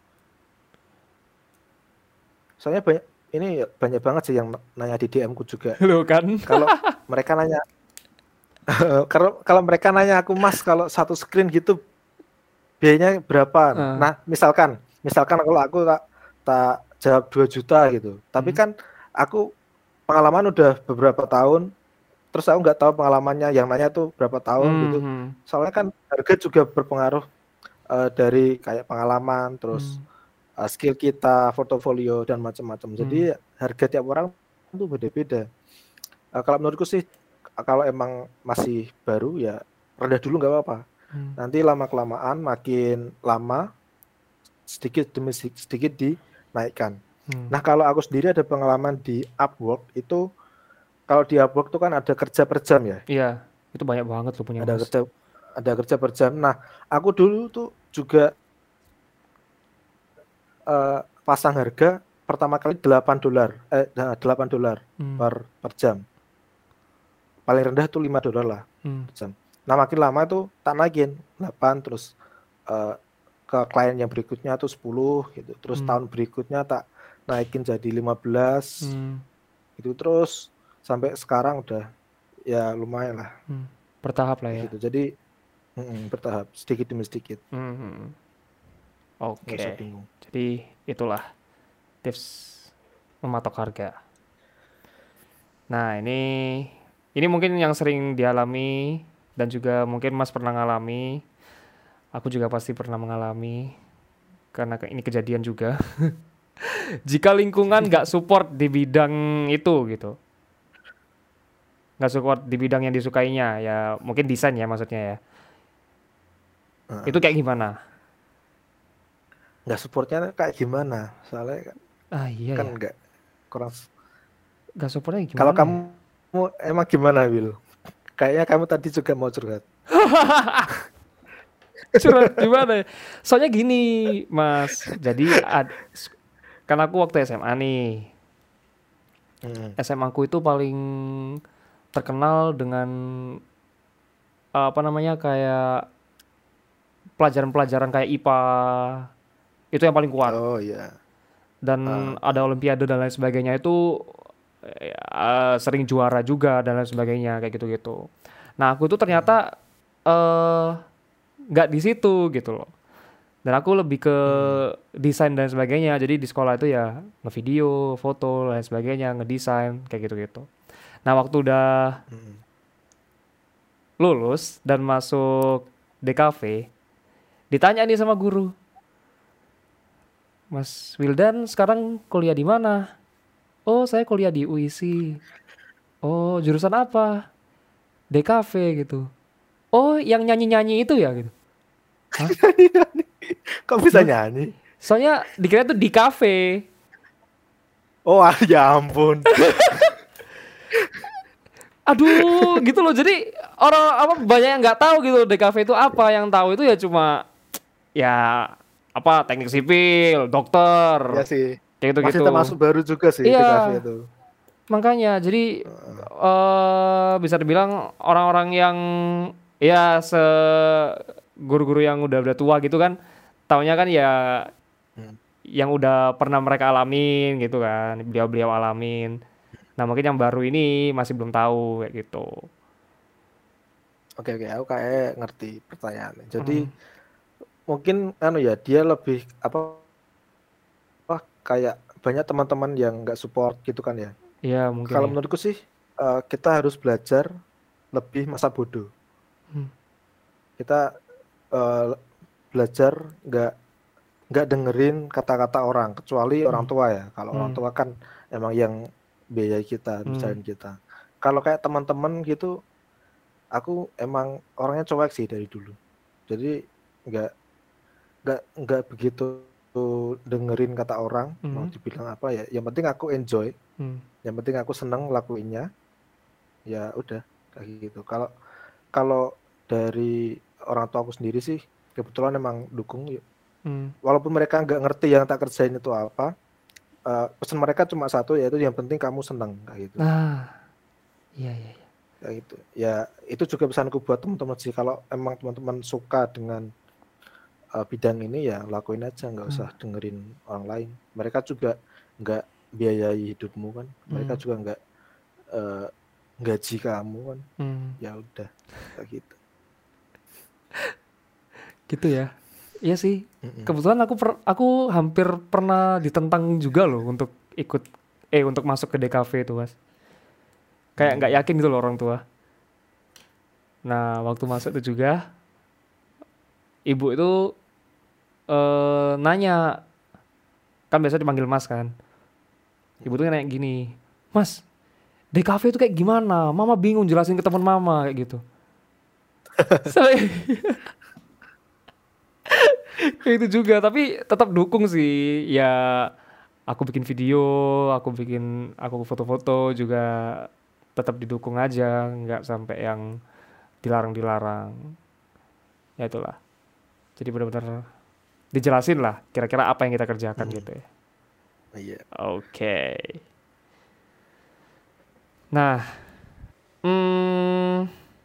Soalnya banyak ini banyak banget sih yang nanya di D M ku juga. Lo kan? Kalau mereka nanya, kalau kalau mereka nanya aku Mas, kalau satu screen gitu biayanya berapa? Ah, Nah, misalkan, misalkan kalau aku tak tak jawab dua juta gitu. Tapi hmm, kan aku pengalaman udah beberapa tahun, terus aku nggak tahu pengalamannya yang nanya tuh berapa tahun hmm, gitu. hmm, Soalnya kan harga juga berpengaruh eh, dari kayak pengalaman, terus hmm, eh, skill kita, portofolio dan macam-macam. hmm, Jadi harga tiap orang tuh beda-beda. Eh, kalau menurutku sih, kalau emang masih baru ya rendah dulu nggak apa-apa. hmm, Nanti lama kelamaan makin lama sedikit demi sedikit dinaikkan. hmm. Nah kalau aku sendiri ada pengalaman di Upwork itu, kalau di Upwork itu kan ada kerja per jam ya, Iya, itu banyak banget lo punya ada Mas. kerja ada kerja per jam. Nah aku dulu tuh juga eh, pasang harga pertama kali delapan dolar, eh nah, delapan dolar Hmm, per per jam. Paling rendah tuh lima dolar lah hmm, per jam. Nah makin lama itu tak naikin delapan, terus eh, ke klien yang berikutnya tuh sepuluh gitu. Terus hmm, tahun berikutnya tak naikin jadi lima belas hmm, gitu, terus sampai sekarang udah ya lumayan lah hmm. Bertahap lah kayak ya. gitu. Jadi mm, bertahap sedikit demi sedikit, Hmm, hmm, hmm. nggak usah Oke, bingung. jadi itulah tips mematok harga. Nah, ini ini mungkin yang sering dialami dan juga mungkin Mas pernah ngalami. Aku juga pasti pernah mengalami karena ke- ini kejadian juga. Jika lingkungan nggak support di bidang itu gitu, nggak support di bidang yang disukainya, ya mungkin desain ya maksudnya ya. Heeh. Itu kayak gimana? Nggak supportnya kayak gimana? Soalnya Ah iya kan ya, nggak kurang. gak supportnya Kalau gimana ya? kamu emang gimana, Will? Kayaknya kamu tadi juga mau curhat. Curhat gimana ya? Soalnya gini, Mas. Jadi ad, kan aku waktu S M A nih. Hmm. S M A aku itu paling terkenal dengan apa namanya kayak pelajaran-pelajaran kayak I P A. Itu yang paling kuat. Oh iya. Dan Ah, ada ah. olimpiade dan lain sebagainya itu eh, sering juara juga dan lain sebagainya kayak gitu-gitu. Nah, aku tuh Hmm. ternyata eh nggak di situ gitu loh. Dan aku lebih ke Hmm. desain dan sebagainya. Jadi di sekolah itu ya ngevideo, foto, dan sebagainya, ngedesain, kayak gitu-gitu. Nah, waktu udah Hmm. lulus dan masuk D K V, ditanya nih sama guru, Mas Wildan sekarang kuliah di mana? Oh, saya kuliah di U I S I. Oh, jurusan apa? D K V gitu. Oh, yang nyanyi-nyanyi itu ya gitu. Hah? Kok bisa Gimana? nyanyi? Soalnya dikira tuh di kafe. Oh ah, ya ampun. Aduh, gitu loh. Jadi orang apa banyak yang nggak tahu gitu D K V itu apa. Yang tahu itu ya cuma ya apa teknik sipil, dokter, Ya sih. kayak Masih gitu-gitu. termasuk baru juga sih Iya, di kafe itu. makanya jadi Heeh. eh bisa dibilang orang-orang yang ya se guru-guru yang udah udah tua gitu kan, taunya kan ya Hmm. yang udah pernah mereka alamin gitu kan, beliau-beliau alamin. Nah mungkin yang baru ini masih belum tahu kayak gitu. Oke oke, aku kayak ngerti pertanyaannya. Jadi Hmm. mungkin anu ya dia lebih apa, apa kayak banyak teman-teman yang nggak support gitu kan ya. Ya mungkin Kalau ya. menurutku sih eh, kita harus belajar lebih masa bodoh. Hmm. Kita eh, belajar nggak nggak dengerin kata-kata orang kecuali orang Hmm. tua ya. Kalau orang Hmm. tua kan emang yang biayai kita, Hmm. misalnya kita. Kalau kayak teman-teman gitu, aku emang orangnya cuek sih dari dulu. Jadi nggak nggak nggak begitu dengerin kata orang mau Hmm. dibilang apa ya. Yang penting aku enjoy, Hmm. yang penting aku seneng lakuinnya. Ya udah kayak gitu. Kalau kalau dari orang tua aku sendiri sih kebetulan emang dukung. Ya. Hmm. Walaupun mereka nggak ngerti yang tak kerjain itu apa, eh, pesan mereka cuma satu yaitu yang penting kamu seneng kayak gitu. Nah, iya iya. Iya. Kayak gitu. Ya itu juga pesanku buat teman-teman sih. Kalau emang teman-teman suka dengan uh, bidang ini ya lakuin aja, nggak Hmm. usah dengerin orang lain. Mereka juga nggak biayai hidupmu kan, mereka Hmm. juga nggak uh, gaji kamu kan, Hmm. ya udah kayak gitu. Gitu ya. Iya sih. Mm-mm. Kebetulan aku per, aku hampir pernah ditentang juga loh untuk ikut eh untuk masuk ke D K V itu, Mas. Kayak nggak Hmm. yakin gitu loh orang tua. Nah, waktu masuk itu juga ibu itu eh nanya, kan biasa dipanggil Mas kan. Ibu tuh nanya gini, Mas, D K V itu kayak gimana? Mama bingung jelasin ke teman mama kayak gitu. Sampai kayak itu juga, tapi tetap dukung sih. Ya, aku bikin video, aku bikin, aku foto-foto juga tetap didukung aja, nggak sampai yang dilarang-dilarang. Ya itulah. Jadi benar-benar dijelasin lah kira-kira apa yang kita kerjakan Hmm. gitu ya. Iya. Oke. Nah, hmm,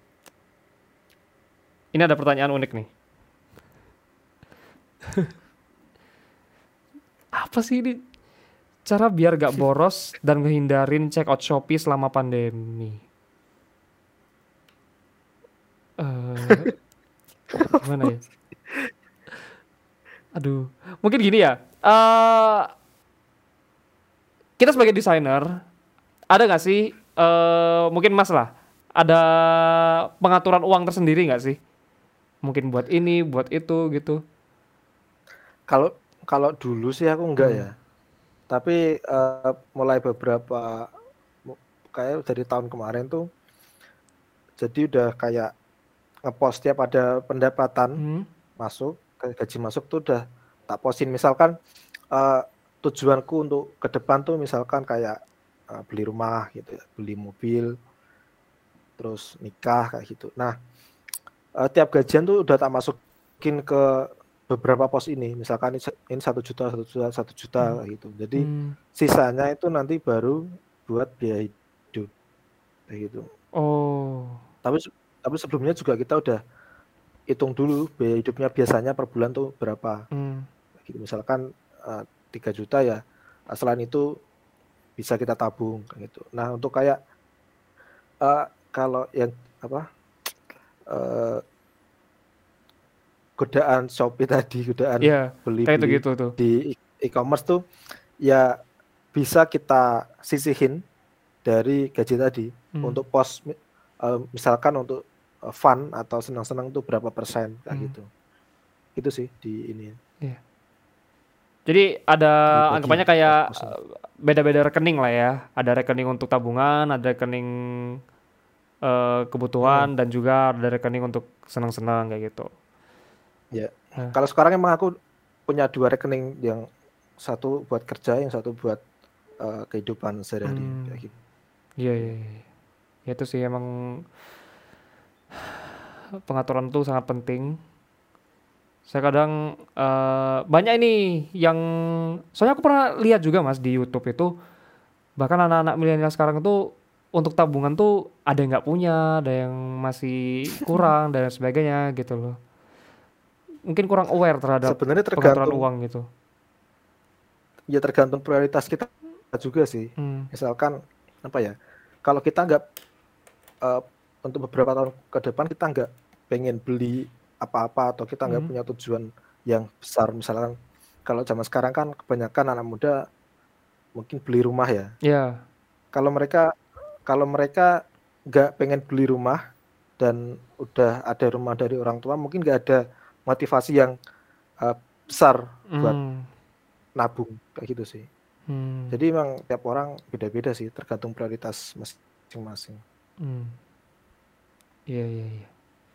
ini ada pertanyaan unik nih. Apa sih ini cara biar gak boros dan ngehindarin check out Shopee selama pandemi? Eh, gimana ya? Aduh, mungkin gini ya. Eh, kita sebagai desainer, ada nggak sih? Eh, mungkin Mas lah, ada pengaturan uang tersendiri nggak sih? Mungkin buat ini, buat itu gitu. Kalau kalau dulu sih aku enggak Hmm. ya, tapi uh, mulai beberapa kayak dari tahun kemarin tuh jadi udah kayak ngepost tiap ada pendapatan Hmm. masuk, gaji masuk tuh udah tak posin. Misalkan uh, tujuanku untuk ke depan tuh misalkan kayak uh, beli rumah gitu ya, beli mobil, terus nikah kayak gitu. Nah, uh, tiap gajian tuh udah tak masukin ke beberapa pos ini. Misalkan ini satu juta, satu juta, satu juta Hmm. kayak gitu. Jadi Hmm. sisanya itu nanti baru buat biaya hidup kayak gitu. Oh. Tapi tapi sebelumnya juga kita udah hitung dulu biaya hidupnya biasanya per bulan tuh berapa. Hmm. Gitu. Misalkan uh, tiga juta ya. Selain itu bisa kita tabung kayak gitu. Nah, untuk kayak uh, kalau yang apa? Uh, godaan Shopee tadi, godaan Iya, kayak beli-beli gitu tuh. di e-commerce tuh ya bisa kita sisihin dari gaji tadi Hmm. untuk pos uh, misalkan untuk uh, fun atau senang-senang tuh berapa persen kayak Hmm. gitu. Itu sih di ini. Iya. Jadi ada Dibagi anggapannya kayak pos-posnya. beda-beda rekening lah ya. Ada rekening untuk tabungan, ada rekening uh, kebutuhan, Hmm. dan juga ada rekening untuk senang-senang kayak gitu. Ya. Nah. Kalau sekarang emang aku punya dua rekening, yang satu buat kerja, yang satu buat uh, kehidupan sehari-hari Hmm. kayak gitu. Iya, iya, iya. Ya itu sih emang pengaturan itu sangat penting. Saya kadang uh, banyak ini yang soalnya aku pernah lihat juga Mas di YouTube itu, bahkan anak-anak milenial sekarang itu untuk tabungan tuh ada yang nggak punya, ada yang masih kurang dan sebagainya gitu loh. Mungkin kurang aware terhadap Sebenarnya pengaturan tergantung, uang gitu. ya tergantung prioritas kita juga sih. Hmm. Misalkan apa ya? Kalau kita nggak uh, untuk beberapa tahun ke depan kita nggak pengen beli apa-apa atau kita nggak Hmm. punya tujuan yang besar, misalkan kalau zaman sekarang kan kebanyakan anak muda mungkin beli rumah ya. Ya. Kalau mereka kalau mereka nggak pengen beli rumah dan udah ada rumah dari orang tua, mungkin nggak ada motivasi yang uh, besar buat Hmm. nabung kayak gitu sih. Hmm. Jadi emang tiap orang beda-beda sih, tergantung prioritas masing-masing. Hmm. Iya, iya, iya.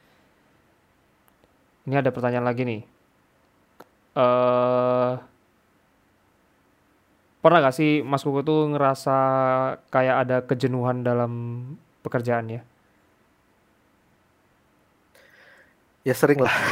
Ini ada pertanyaan lagi nih. Eh, pernah gak sih Mas Kuku tuh ngerasa kayak ada kejenuhan dalam pekerjaannya? Ya sering lah.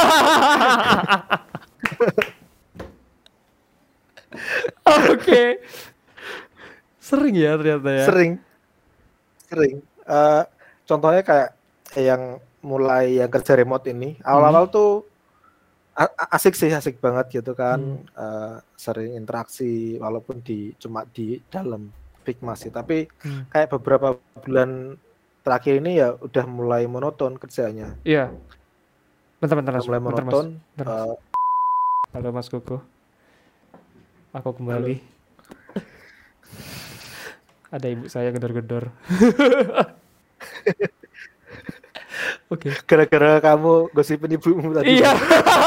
Oke. Sering ya ternyata ya. Sering, sering. Uh, contohnya kayak yang mulai yang kerja remote ini, awal-awal Hmm. tuh a- asik sih, asik banget gitu kan. Hmm. Uh, sering interaksi walaupun di cuma di dalam Figma sih. Tapi Hmm. kayak beberapa bulan terakhir ini ya udah mulai monoton kerjanya. Iya. Bentar, bentar, Udah Mas. mulai Bentar, Mas. monoton. Bentar, Mas. Uh, Halo, Mas Kuku. Aku halo. kembali. Ada ibu saya gedor-gedor. Oke. Gara-gara kamu gosipin ibumu tadi. Iya.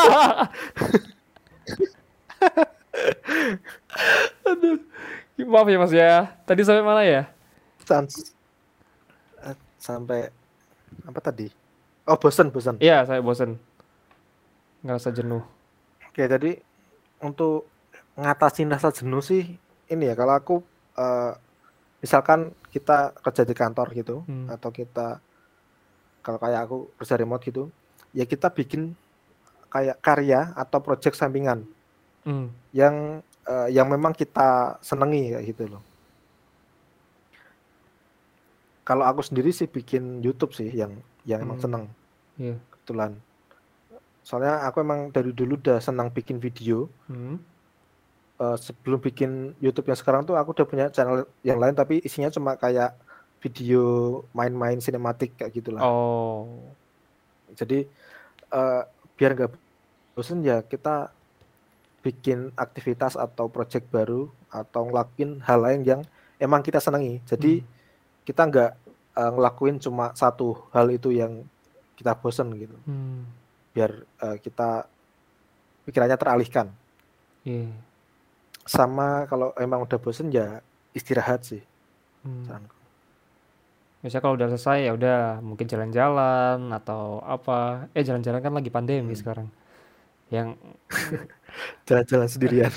Aduh. Maaf ya Mas ya. Tadi sampai mana ya? Sans- uh, sampai apa tadi? Oh, bosan, bosan. Iya, saya bosen. Ngerasa jenuh. Oke, jadi untuk ngatasin rasa jenuh sih ini ya, kalau aku uh, misalkan kita kerja di kantor gitu, Hmm. atau kita kalau kayak aku kerja remote gitu, ya kita bikin kayak karya atau project sampingan Hmm. yang uh, yang memang kita senengi kayak gitu loh. Kalau aku sendiri sih bikin YouTube sih yang yang emang Hmm. seneng. Iya. Kebetulan. Soalnya aku emang dari dulu udah senang bikin video. Hmm. Uh, sebelum bikin YouTube yang sekarang tuh aku udah punya channel yang lain tapi isinya cuma kayak video main-main sinematik kayak gitulah. Oh. Jadi uh, biar nggak bosen ya kita bikin aktivitas atau project baru atau ngelakuin hal lain yang emang kita senangi. Jadi Hmm. kita nggak uh, ngelakuin cuma satu hal itu yang kita bosen gitu. Hmm. Biar uh, kita pikirannya teralihkan. Iya. Sama kalau emang udah bosen ya istirahat sih. Hmm. Saranku. Biasanya kalau udah selesai ya udah mungkin jalan-jalan atau apa. Eh jalan-jalan kan lagi pandemi Hmm. sekarang. yang Jalan-jalan sendirian.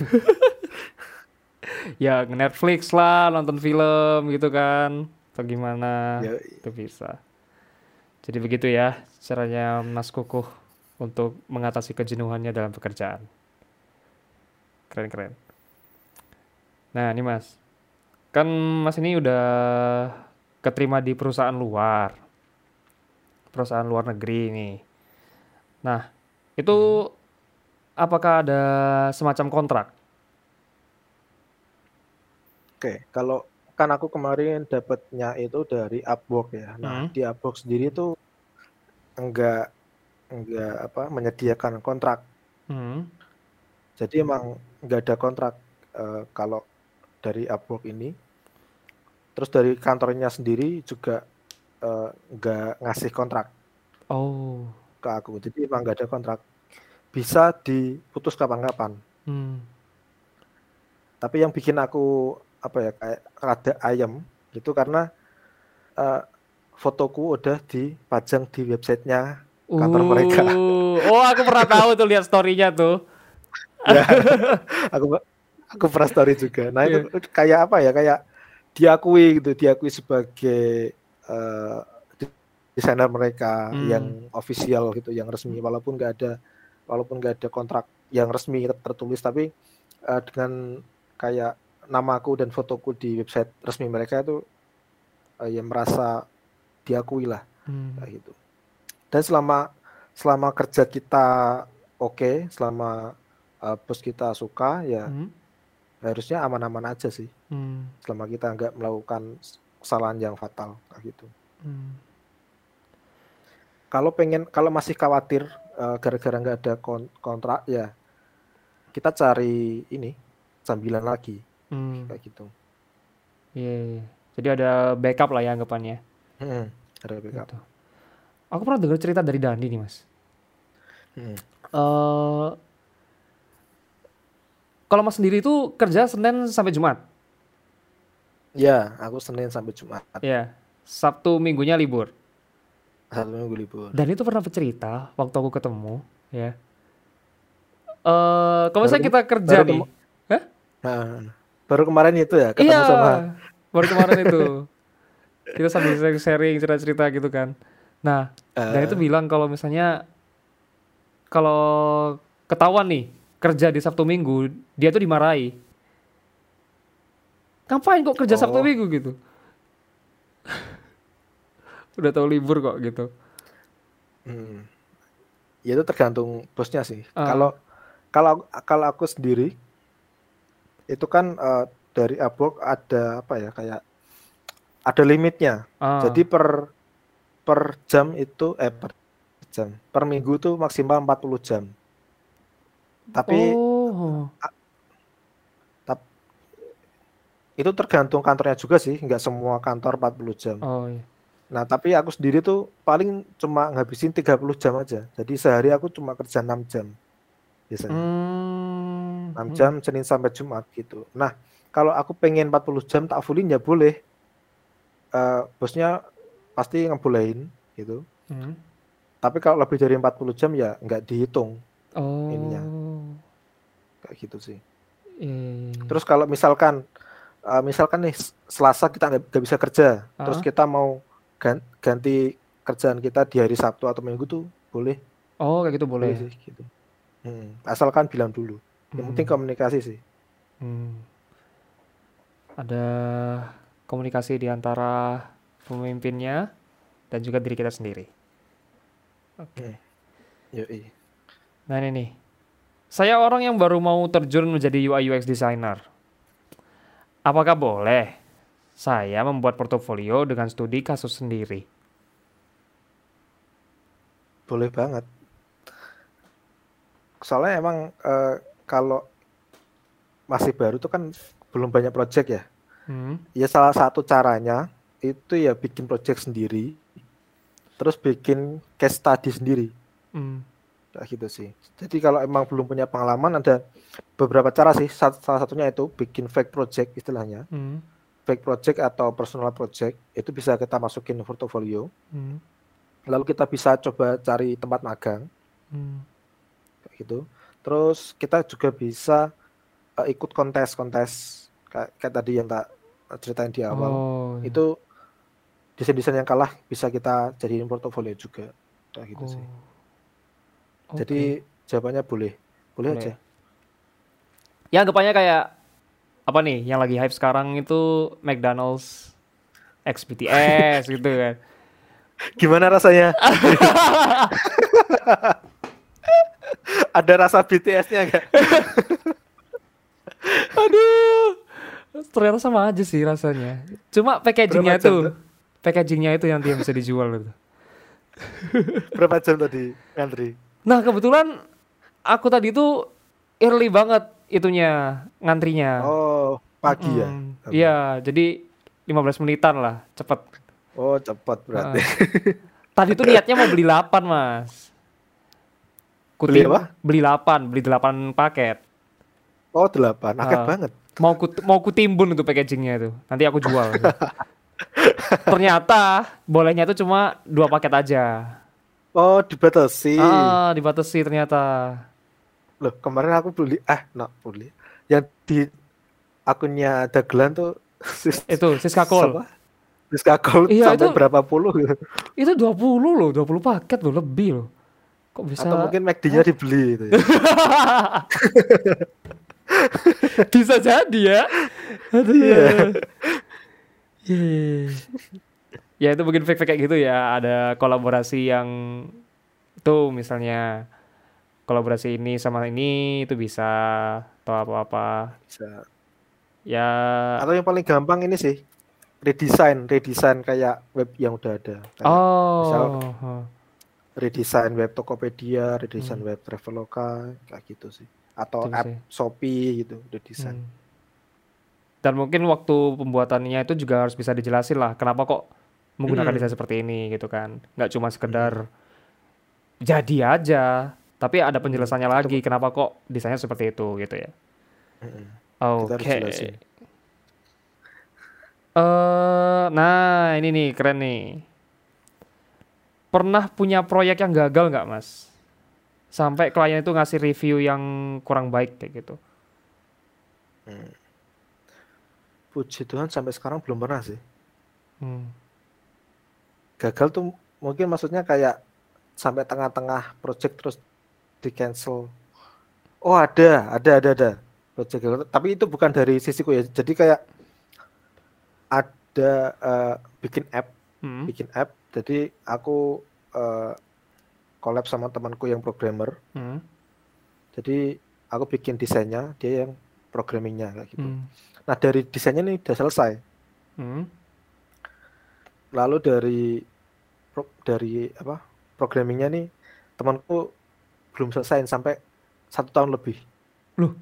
ya Netflix lah, nonton film gitu kan, atau gimana, Ya, itu bisa. Jadi begitu ya caranya Mas Kukuh untuk mengatasi kejenuhannya dalam pekerjaan. Keren-keren. Nah ini Mas, kan Mas ini udah keterima di perusahaan luar, perusahaan luar negeri nih. Nah, itu hmm. apakah ada semacam kontrak? Oke, kalau kan aku kemarin dapatnya itu dari Upwork ya. Nah, Hmm. di Upwork sendiri tuh enggak enggak apa menyediakan kontrak. Hmm. Jadi emang enggak ada kontrak eh, kalau dari Upwork ini. Terus dari kantornya sendiri juga eh, enggak ngasih kontrak Oh. ke aku. Jadi emang enggak ada kontrak. Bisa diputus kapan-kapan. Hmm. Tapi yang bikin aku apa ya kayak rada ayam gitu karena eh, fotoku udah dipajang di websitenya kantor mereka. Uh. Oh, aku pernah tahu tuh lihat story-nya tuh. Ya, aku aku pernah story juga. Nah itu Iya. kayak apa ya kayak diakui gitu, diakui sebagai eh, desainer mereka Hmm. yang official gitu, yang resmi walaupun nggak ada walaupun nggak ada kontrak yang resmi tertulis tapi eh, dengan kayak namaku dan fotoku di website resmi mereka itu eh, ya merasa diakui lah Hmm. kayak gitu. Dan selama selama kerja kita oke, selama uh, bos kita suka ya Hmm. harusnya aman-aman aja sih. Hmm. Selama kita nggak melakukan kesalahan yang fatal kayak gitu. Hmm. Kalau pengen kalau masih khawatir uh, gara-gara nggak ada kon- kontrak ya kita cari ini sambilan lagi Hmm. kayak gitu. Iya, iya. Jadi ada backup lah ya anggapannya. Hmm, ada backup. Gitu. Aku pernah dengar cerita dari Dandi nih Mas. Hmm. Eh, kalau Mas sendiri itu kerja Senin sampai Jumat. Ya, aku Senin sampai Jumat. Ya. Sabtu Minggunya libur. Satu minggu libur. Dan itu pernah bercerita waktu aku ketemu, ya. Eh, kalau Baru misalnya kem- kita kerja baru nih, kem- Hah? nah, baru kemarin itu ya Iya, ketemu sama baru kemarin itu kita sambil sharing cerita-cerita gitu kan. Nah, dan itu uh, bilang kalau misalnya kalau ketahuan nih kerja di Sabtu Minggu, dia tuh dimarahi. Ngapain kok kerja Sabtu oh. Minggu gitu? Udah tahu libur kok gitu. Hmm. Ya itu tergantung bosnya sih. Ah, Kalau kalau kalau aku sendiri itu kan uh, dari Upwork ada apa ya kayak ada limitnya. ah. Jadi per per jam itu eh per jam per minggu tuh maksimal empat puluh jam. Tapi Oh, tap- itu tergantung kantornya juga sih, nggak semua kantor empat puluh jam. oh iya. Nah, tapi aku sendiri tuh paling cuma ngabisin tiga puluh jam aja. Jadi sehari aku cuma kerja enam jam biasanya. Hmm, enam hmm, jam Senin sampai Jumat gitu. Nah, kalau aku pengen empat puluh jam tak fullin ya boleh. Eh, bosnya pasti ngebolehin gitu. hmm. Tapi kalau lebih dari empat puluh jam ya nggak dihitung ininya. Oh, Kayak gitu sih. iya, iya, iya. Terus kalau misalkan eh, misalkan nih Selasa kita nggak nggak bisa kerja, terus Ah? kita mau gan- ganti kerjaan kita di hari Sabtu atau Minggu tuh boleh, Oh, kayak gitu boleh boleh. sih gitu. Hmm, asalkan bilang dulu. Yang Hmm, penting komunikasi sih. hmm. Ada komunikasi di antara pemimpinnya dan juga diri kita sendiri. Oke. Hmm, yoi. Nah ini nih, saya orang yang baru mau terjun menjadi U I U X designer. Apakah boleh saya membuat portofolio dengan studi kasus sendiri? Boleh banget. Soalnya emang eh, kalau masih baru tuh kan belum banyak project ya. Hmm. Ya salah satu caranya itu ya bikin project sendiri, terus bikin case study sendiri. Hmm. Kayak gitu sih. Jadi kalau emang belum punya pengalaman ada beberapa cara sih. Sa- Salah satunya itu bikin fake project istilahnya. Hmm. Fake project atau personal project itu bisa kita masukin ke portofolio. Hmm. Lalu kita bisa coba cari tempat magang Hmm. kayak gitu. Terus kita juga bisa uh, ikut kontes-kontes kayak, kayak tadi yang tak ceritain di awal. Oh. Itu desain-desain yang kalah bisa kita jadiin portofolio juga kayak gitu Oh. sih. Oke. Jadi jawabannya boleh, boleh, Boleh. aja. Ya anggapannya kayak apa nih yang lagi hype sekarang itu McDonald's X B T S gitu kan. Gimana rasanya? Ada rasa B T S-nya nggak? Aduh, ternyata sama aja sih rasanya. Cuma packagingnya Berapa jam itu, tuh? packagingnya itu yang yang bisa dijual gitu. Berapa jam tadi ngantri? Nah kebetulan aku tadi itu early banget itunya ngantrinya. Oh, pagi ya? Mm-mm. Apa? Iya, jadi lima belas menitan lah, cepet. Oh, cepat berarti. Heeh. Tadi tuh niatnya mau beli delapan mas. Beli Kutim, apa? beli delapan, beli delapan paket. Oh, delapan. Akeh Heeh. banget. Mau ku mau kutimbun itu packagingnya itu. Nanti aku jual. Gitu. Ternyata bolehnya itu cuma dua paket aja. Oh, dibatasi. Ah, dibatasi ternyata. Loh, kemarin aku beli, ah, no, beli. Yang di akunnya Dagelan tuh sis, Itu Siska Call. apa? Siska Call Iya sampai itu berapa puluh gitu. itu dua puluh loh, dua puluh paket loh, lebih loh. Kok bisa? Atau mungkin McD-nya dibeli itu ya. Bisa jadi ya. Aduh ya. Iya. Yeah. Ya itu mungkin fake-fake kayak gitu ya. Ada kolaborasi yang itu misalnya kolaborasi ini sama ini itu bisa atau apa-apa. Bisa. Ya. Atau yang paling gampang ini sih, redesign, redesign kayak web yang udah ada. Kayak misal Oh. redesign web Tokopedia, redesign Hmm, web Traveloka, kayak gitu sih. Atau itu bisa. app Shopee gitu, redesign. Hmm. Dan mungkin waktu pembuatannya itu juga harus bisa dijelasin lah. Kenapa kok menggunakan desain Mm-mm. seperti ini gitu kan. Nggak cuma Mm-mm. sekedar jadi aja. Tapi ada Mm. penjelasannya Itu lagi. Kenapa kok desainnya seperti itu gitu ya. mm-mm. Kita harus Oke. jelasin. Eh, nah ini nih keren nih. Pernah punya proyek yang gagal nggak mas? Sampai klien itu ngasih review yang kurang baik kayak gitu. Hmm. Puji Tuhan sampai sekarang belum pernah sih. Hmm. Gagal tuh mungkin maksudnya kayak sampai tengah-tengah project terus di cancel. Oh ada, ada, ada, ada. Project gagal. Tapi itu bukan dari sisiku ya. Jadi kayak ada uh, bikin app, Hmm. bikin app. Jadi aku uh, collab sama temanku yang programmer. Hmm. Jadi aku bikin desainnya, dia yang programmingnya kayak gitu. Hmm. Nah dari desainnya nih udah selesai. Hmm. Lalu dari pro, dari apa programmingnya nih temanku belum selesai sampai satu tahun lebih. Loh,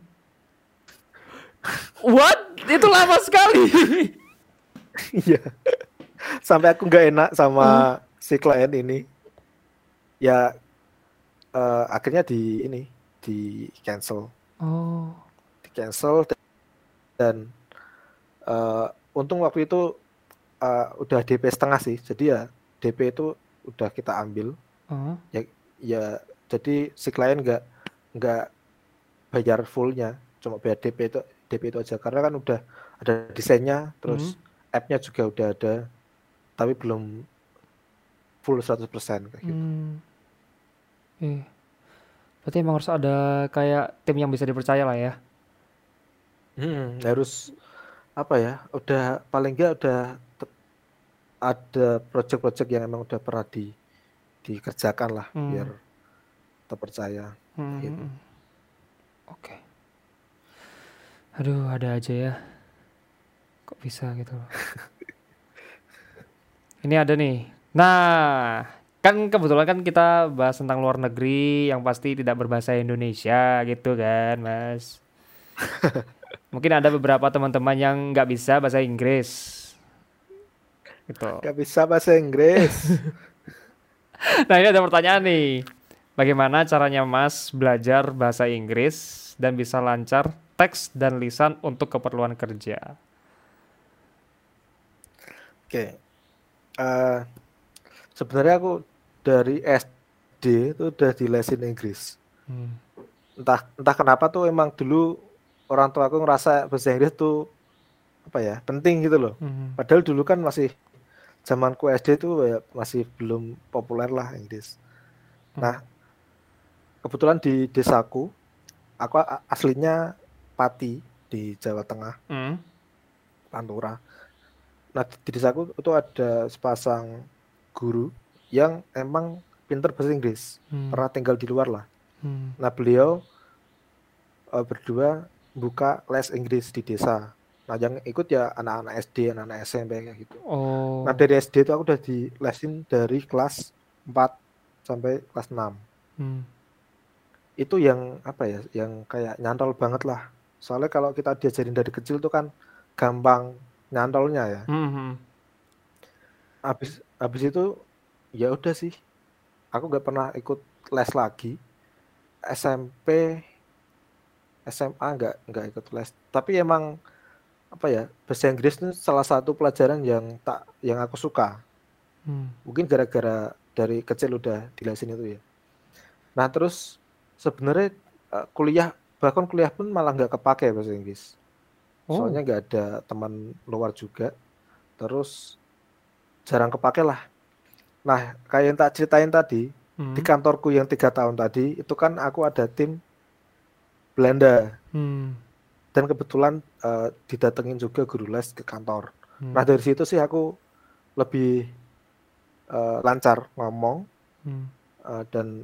what? Itu lama sekali. Iya. Sampai aku nggak enak sama si klien ini. Ya uh, akhirnya di ini di cancel. Oh. Di cancel dan uh, untung waktu itu uh, udah D P setengah sih. Jadi ya D P itu udah kita ambil. Oh. Ya ya jadi si klien nggak nggak bayar fullnya, cuma bayar D P itu D P itu aja karena kan udah ada desainnya, terus Hmm. app-nya juga udah ada, tapi belum full seratus persen kayak gitu. Hmm. Eh. Berarti emang harus ada kayak tim yang bisa dipercaya lah ya. Hmm, harus apa ya? Udah paling nggak udah te- ada project-project yang emang udah pernah di dikerjakan lah Hmm. biar terpercaya. Hmm. Gitu. Oke. Aduh, ada aja ya. Kok bisa gitu loh. Ini ada nih. Nah, kan kebetulan kan kita bahas tentang luar negeri yang pasti tidak berbahasa Indonesia gitu kan, Mas. Mungkin ada beberapa teman-teman yang nggak bisa bahasa Inggris. Gitu. Gak bisa bahasa Inggris. Nah, ini ada pertanyaan nih. Bagaimana caranya Mas belajar bahasa Inggris dan bisa lancar teks dan lisan untuk keperluan kerja? Oke. Uh, sebenarnya aku dari S D itu udah dilesin Inggris. Hmm. entah entah kenapa tuh emang dulu orang tua aku ngerasa bahasa Inggris tuh apa ya penting gitu loh. Hmm. Padahal dulu kan masih zamanku S D tuh ya masih belum populer lah Inggris. Hmm. Nah kebetulan di desaku, aku a- aslinya Pati di Jawa Tengah, Hmm. Pantura. Nah di desaku itu ada sepasang guru yang emang pinter bahasa Inggris, Hmm. pernah tinggal di luar lah. Hmm. Nah beliau uh, berdua buka les Inggris di desa. Nah yang ikut ya anak-anak S D, anak-anak S M P kayak gitu. Nah Oh. dari S D itu aku udah dilesin dari kelas empat sampai kelas enam. Hmm. Itu yang apa ya, yang kayak nyantol banget lah. Soalnya kalau kita diajarin dari kecil tuh kan gampang nyantolnya ya. Hmm. Hmm. Habis habis itu ya udah sih. Aku nggak pernah ikut les lagi. S M P, S M A nggak nggak ikut les. Tapi emang apa ya, bahasa Inggris itu salah satu pelajaran yang tak yang aku suka. Hmm. Mungkin gara-gara dari kecil udah dilesin itu ya. Nah terus sebenarnya uh, kuliah bahkan kuliah pun malah nggak kepake bahasa Inggris. Oh. Soalnya nggak ada teman luar juga. Terus jarang kepake lah. Nah kayak yang tak ceritain tadi di Hmm. kantorku yang tiga tahun tadi itu kan aku ada tim Belanda Hmm. dan kebetulan uh, didatengin juga guru les ke kantor. Hmm. Nah dari situ sih aku lebih uh, lancar ngomong Hmm. uh, dan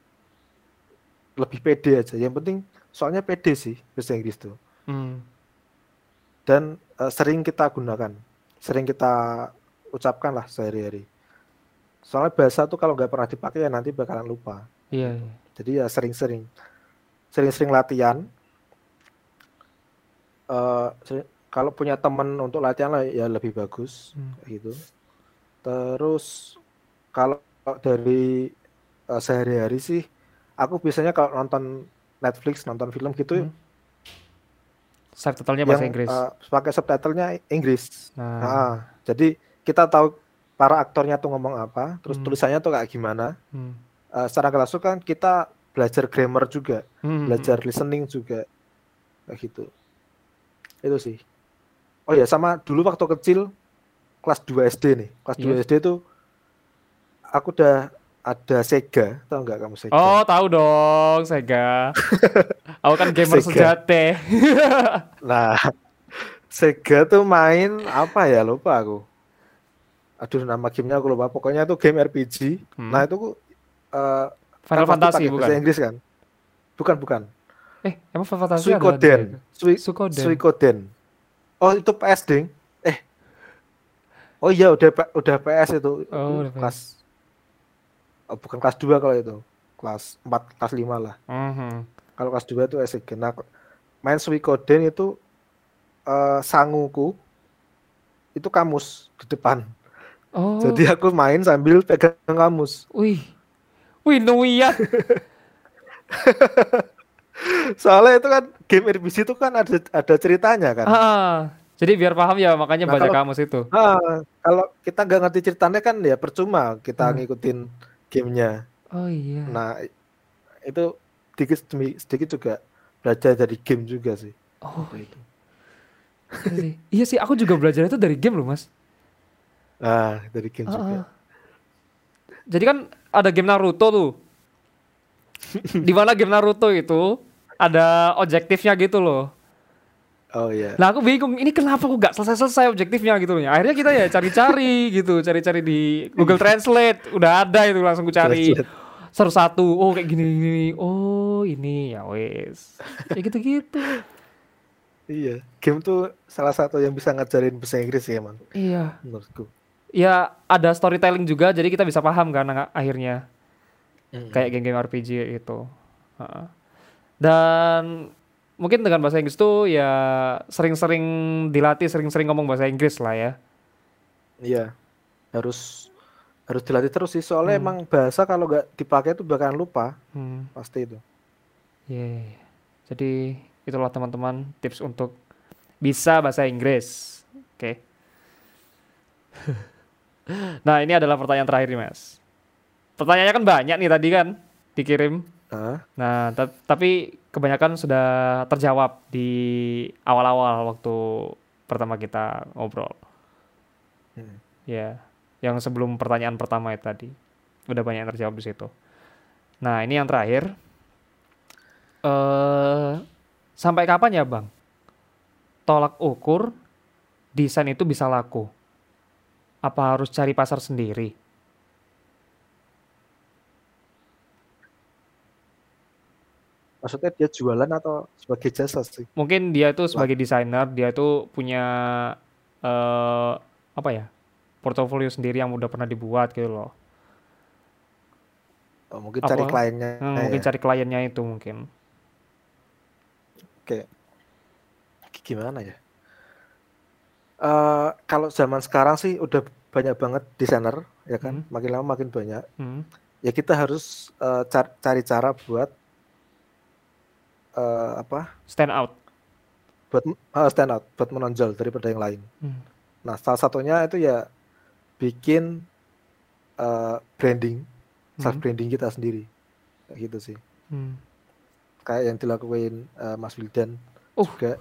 lebih pede aja. Yang penting soalnya pede sih bahasa Inggris tuh. Hmm. Dan uh, sering kita gunakan, sering kita ucapkan lah sehari-hari. Soalnya bahasa tuh kalau nggak pernah dipakai ya nanti bakalan lupa. Iya. Gitu. Iya. Jadi ya sering-sering, sering-sering latihan. Uh, sering, kalau punya teman untuk latihan lah ya lebih bagus, Hmm. kayak gitu. Terus kalau dari uh, sehari-hari sih, aku biasanya kalau nonton Netflix, nonton film gitu, Hmm. Subtitlenya bahasa yang Inggris. uh, pakai subtitlenya Inggris. Nah. Nah, jadi kita tahu para aktornya tuh ngomong apa, terus Hmm. tulisannya tuh kayak gimana. Hmm. Uh, secara nggak langsung kan kita belajar grammar juga, Hmm. belajar listening juga, kayak gitu. Itu sih. Oh ya, sama dulu waktu kecil kelas dua S D nih. Kelas dua Iya. S D tuh aku udah ada Sega, tahu nggak kamu Sega? Oh, tahu dong, Sega. Aku kan gamer Sega. sejati. Nah, Sega tuh main apa ya, lupa aku. Aduh, nama gamenya aku lupa. Pokoknya tuh game R P G. Hmm. Nah, itu uh, Final kan pasti Fantasy pakai bukan? bahasa Inggris kan? Bukan, bukan. Eh, emang Final Fantasy ada di Suikoden. Sui, Suikoden. Suikoden. Oh, itu P S, ding. Eh. Oh iya, udah udah P S itu. Oh, Itu udah kelas P S. oh, bukan kelas dua kalau itu. Kelas empat, kelas lima lah. Mhm. Kalau kelas dua itu S G. Nah, main Suikoden itu uh, sanguku itu kamus di depan. Oh. Jadi aku main sambil pegang kamus. Wih. Wih, Nuiat. Soalnya itu kan game R P G itu kan ada ada ceritanya kan. Ah, jadi biar paham ya makanya Nah baca kalau kamus itu. ah, kalau kita nggak ngerti ceritanya kan ya percuma kita Ah. ngikutin gamenya. Oh iya. Nah itu sedikit demi sedikit juga belajar dari game juga sih. Oh Waktu itu. iya sih. Iya sih, aku juga belajar itu dari game loh, Mas. Ah dari game Ah, juga. ah. Jadi kan ada game Naruto tuh. Di mana game Naruto itu ada objektifnya gitu loh. Oh iya. Nah aku bingung, ini kenapa aku gak selesai-selesai objektifnya gitu loh. Akhirnya kita ya cari-cari gitu, cari-cari di Google Translate. Udah ada itu, langsung ku cari. Seru satu, oh kayak gini, gini. Oh ini ya wes. Kayak gitu-gitu. Iya, game tuh salah satu yang bisa ngajarin bahasa Inggris sih emang. Iya. Menurutku. Ya ada storytelling juga, jadi kita bisa paham kan ang- akhirnya. Mm-hmm. Kayak game-game R P G itu. Ha-ha. Dan mungkin dengan bahasa Inggris tuh ya sering-sering dilatih, sering-sering ngomong bahasa Inggris lah ya. Iya, harus harus dilatih terus sih. Soalnya Hmm. emang bahasa kalau nggak dipakai tuh bakalan lupa, Hmm. pasti itu. Yeah. Jadi itulah teman-teman tips untuk bisa bahasa Inggris. Oke. Nah ini adalah pertanyaan terakhir nih Mas. Pertanyaannya kan banyak nih tadi kan dikirim. Nah, Nah ta- tapi kebanyakan sudah terjawab di awal-awal waktu pertama kita ngobrol. Hmm. Ya, yang sebelum pertanyaan pertama itu tadi. Udah banyak yang terjawab di situ. Nah, ini yang terakhir. Eh, sampai kapan ya, Bang? Tolak ukur desain itu bisa laku? Apa harus cari pasar sendiri? Maksudnya dia jualan atau sebagai jasa sih? Mungkin dia itu Lah, sebagai desainer, dia itu punya eh apa ya? Portofolio sendiri yang udah pernah dibuat gitu loh. oh, mungkin cari Apa? kliennya Hmm, mungkin ya. cari kliennya itu mungkin. Oke, gimana ya? Eh kalau zaman sekarang sih udah banyak banget desainer, ya kan? Hmm, Makin lama makin banyak. hmm, Ya kita harus eh, car- cari cara buat eh, apa? stand out. Buat eh, stand out, buat menonjol daripada yang lain. Hmm, Nah, salah satunya itu ya bikin eh, branding, self hmm, branding kita sendiri, kayak gitu sih. hmm. Kayak yang dilakuin eh, Mas Wildan Uh, juga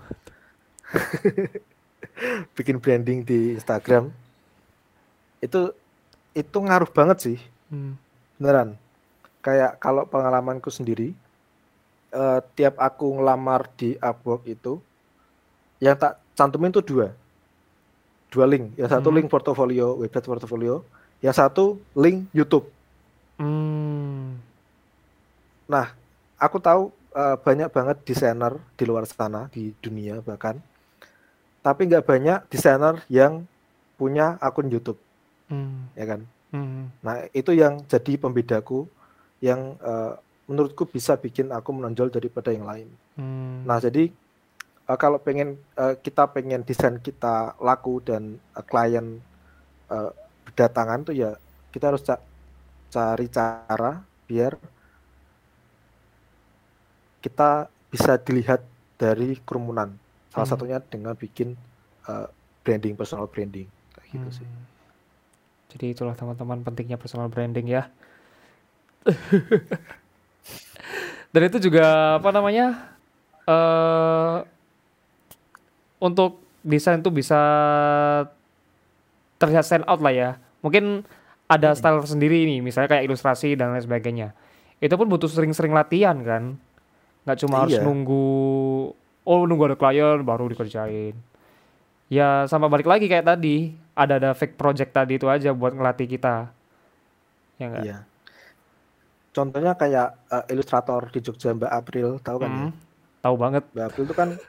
bikin branding di Instagram. Itu itu ngaruh banget sih, hmm, beneran. Kayak kalau pengalamanku sendiri, eh, tiap aku ngelamar di Upwork itu, yang tak cantumin tuh dua, dua link. Yang satu hmm, link portofolio, website portofolio, yang satu link YouTube. hmm, Nah, aku tahu eh, banyak banget desainer di luar sana, di dunia bahkan, tapi nggak banyak desainer yang punya akun YouTube, hmm, ya kan? hmm, Nah, itu yang jadi pembedaku, yang eh, menurutku bisa bikin aku menonjol daripada yang lain. Nah, hmm, jadi eh, kalau pengen eh, kita pengen desain kita laku dan eh, klien eh, berdatangan tuh ya kita harus ca- cari cara biar kita bisa dilihat dari kerumunan. Salah hmm, satunya dengan bikin eh, branding, personal branding, kayak gitu sih. hmm. Jadi itulah teman-teman pentingnya personal branding ya. Dan itu juga apa namanya? eh untuk desain tuh bisa terlihat stand out lah ya. Mungkin ada Mm-mm. style sendiri nih, misalnya kayak ilustrasi dan lain sebagainya. Itu pun butuh sering-sering latihan kan. Nggak cuma harus Iya, nunggu, oh nunggu ada klien baru dikerjain. Ya sama balik lagi kayak tadi, ada ada fake project tadi itu aja buat ngelatih kita. Ya nggak? iya. Contohnya kayak eh, ilustrator di Jogja Mbak April, tahu kan ya? Hmm, tahu banget. Mbak April itu kan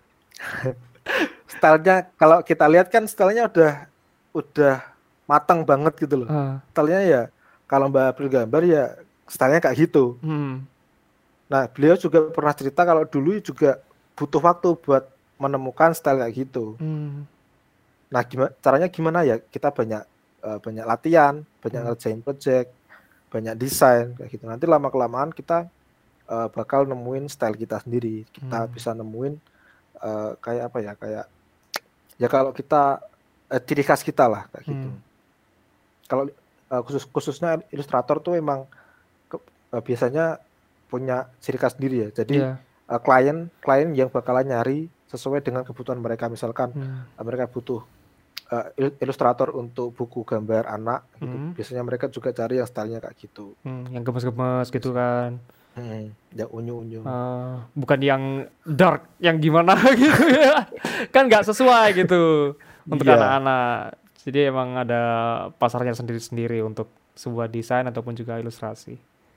stylenya kalau kita lihat kan stylenya udah udah matang banget gitu loh. Ah, Stylenya ya kalau Mbak April gambar ya stylenya kayak gitu. hmm, Nah, beliau juga pernah cerita kalau dulu juga butuh waktu buat menemukan style kayak gitu. hmm, Nah, gimana caranya gimana ya? Kita banyak eh, banyak latihan, banyak hmm, ngerjain project, banyak desain kayak gitu. Nanti lama-kelamaan kita eh, bakal nemuin style kita sendiri. Kita hmm, bisa nemuin eh, kayak apa ya? Kayak ya kalau kita eh, ciri khas kita lah kayak gitu. hmm. Kalau eh, khusus khususnya ilustrator tuh emang ke- eh, biasanya punya ciri khas sendiri ya. Jadi Ya, eh, klien klien yang bakalan nyari sesuai dengan kebutuhan mereka. Misalkan hmm, eh, mereka butuh eh, il- ilustrator untuk buku gambar anak gitu. hmm, Biasanya mereka juga cari yang stylenya kayak gitu. hmm, yang gemes-gemes Gitu gitu sih. kan. Hmm, yang unyu-unyu. Eh, bukan yang dark, yang gimana gitu ya. Kan nggak sesuai gitu untuk Iya. anak-anak. Jadi emang ada pasarnya sendiri-sendiri untuk sebuah desain ataupun juga ilustrasi.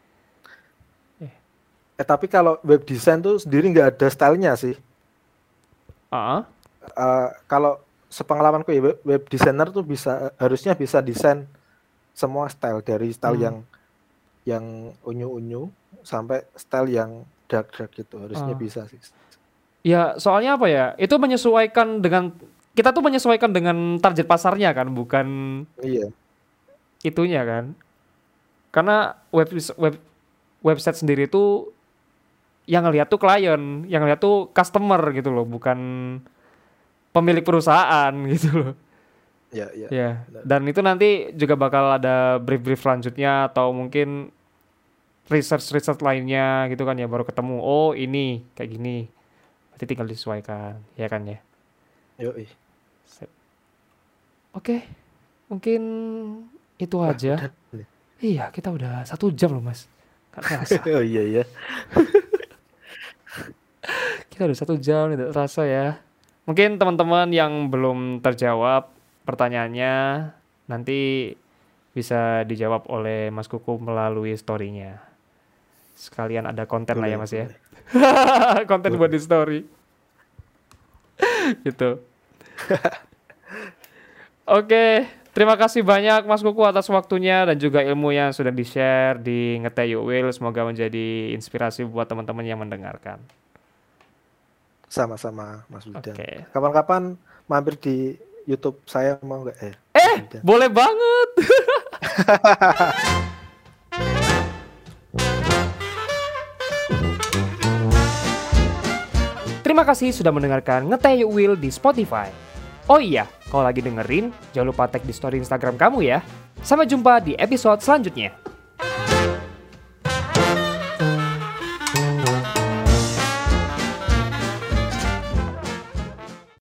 Eh, Eh tapi kalau web design tuh sendiri nggak ada stylenya sih. ah, Eh, kalau sepengalamanku ya web, web designer tuh bisa harusnya bisa desain semua style dari style hmm, yang yang unyu-unyu sampai style yang dark-dark gitu. Harusnya ah. bisa sih. Ya soalnya apa ya? Itu menyesuaikan dengan kita tuh menyesuaikan dengan target pasarnya kan, bukan Iya. itunya kan. Karena web web website sendiri tuh yang ngeliat tuh klien, yang ngeliat tuh customer gitu loh, bukan pemilik perusahaan gitu loh. Iya, iya. Ya, Benar. dan itu nanti juga bakal ada brief-brief selanjutnya atau mungkin research-research lainnya gitu kan ya, baru ketemu, oh ini kayak gini. Berarti tinggal disesuaikan, ya kan ya. Yoi. Oke, mungkin itu aja. Udah. Iya, kita udah satu jam loh mas. Gak terasa. Oh iya iya. Kita udah satu jam, tidak terasa ya. Mungkin teman-teman yang belum terjawab pertanyaannya nanti bisa dijawab oleh Mas Kuku melalui story-nya. Sekalian ada konten boleh, lah ya mas boleh. Ya. Konten boleh. Buat di story. Gitu. Oke, terima kasih banyak Mas Kuku atas waktunya dan juga ilmu yang sudah di-share di Ngeteh Yuk Will. Semoga menjadi inspirasi buat teman-teman yang mendengarkan. Sama-sama Mas Wildan. Okay. Kapan-kapan mampir di YouTube saya mau nggak? Eh, eh boleh banget. Terima kasih sudah mendengarkan Ngeteh Yuk Will di Spotify. Oh iya, kalau lagi dengerin, jangan lupa tag di story Instagram kamu ya. Sampai jumpa di episode selanjutnya.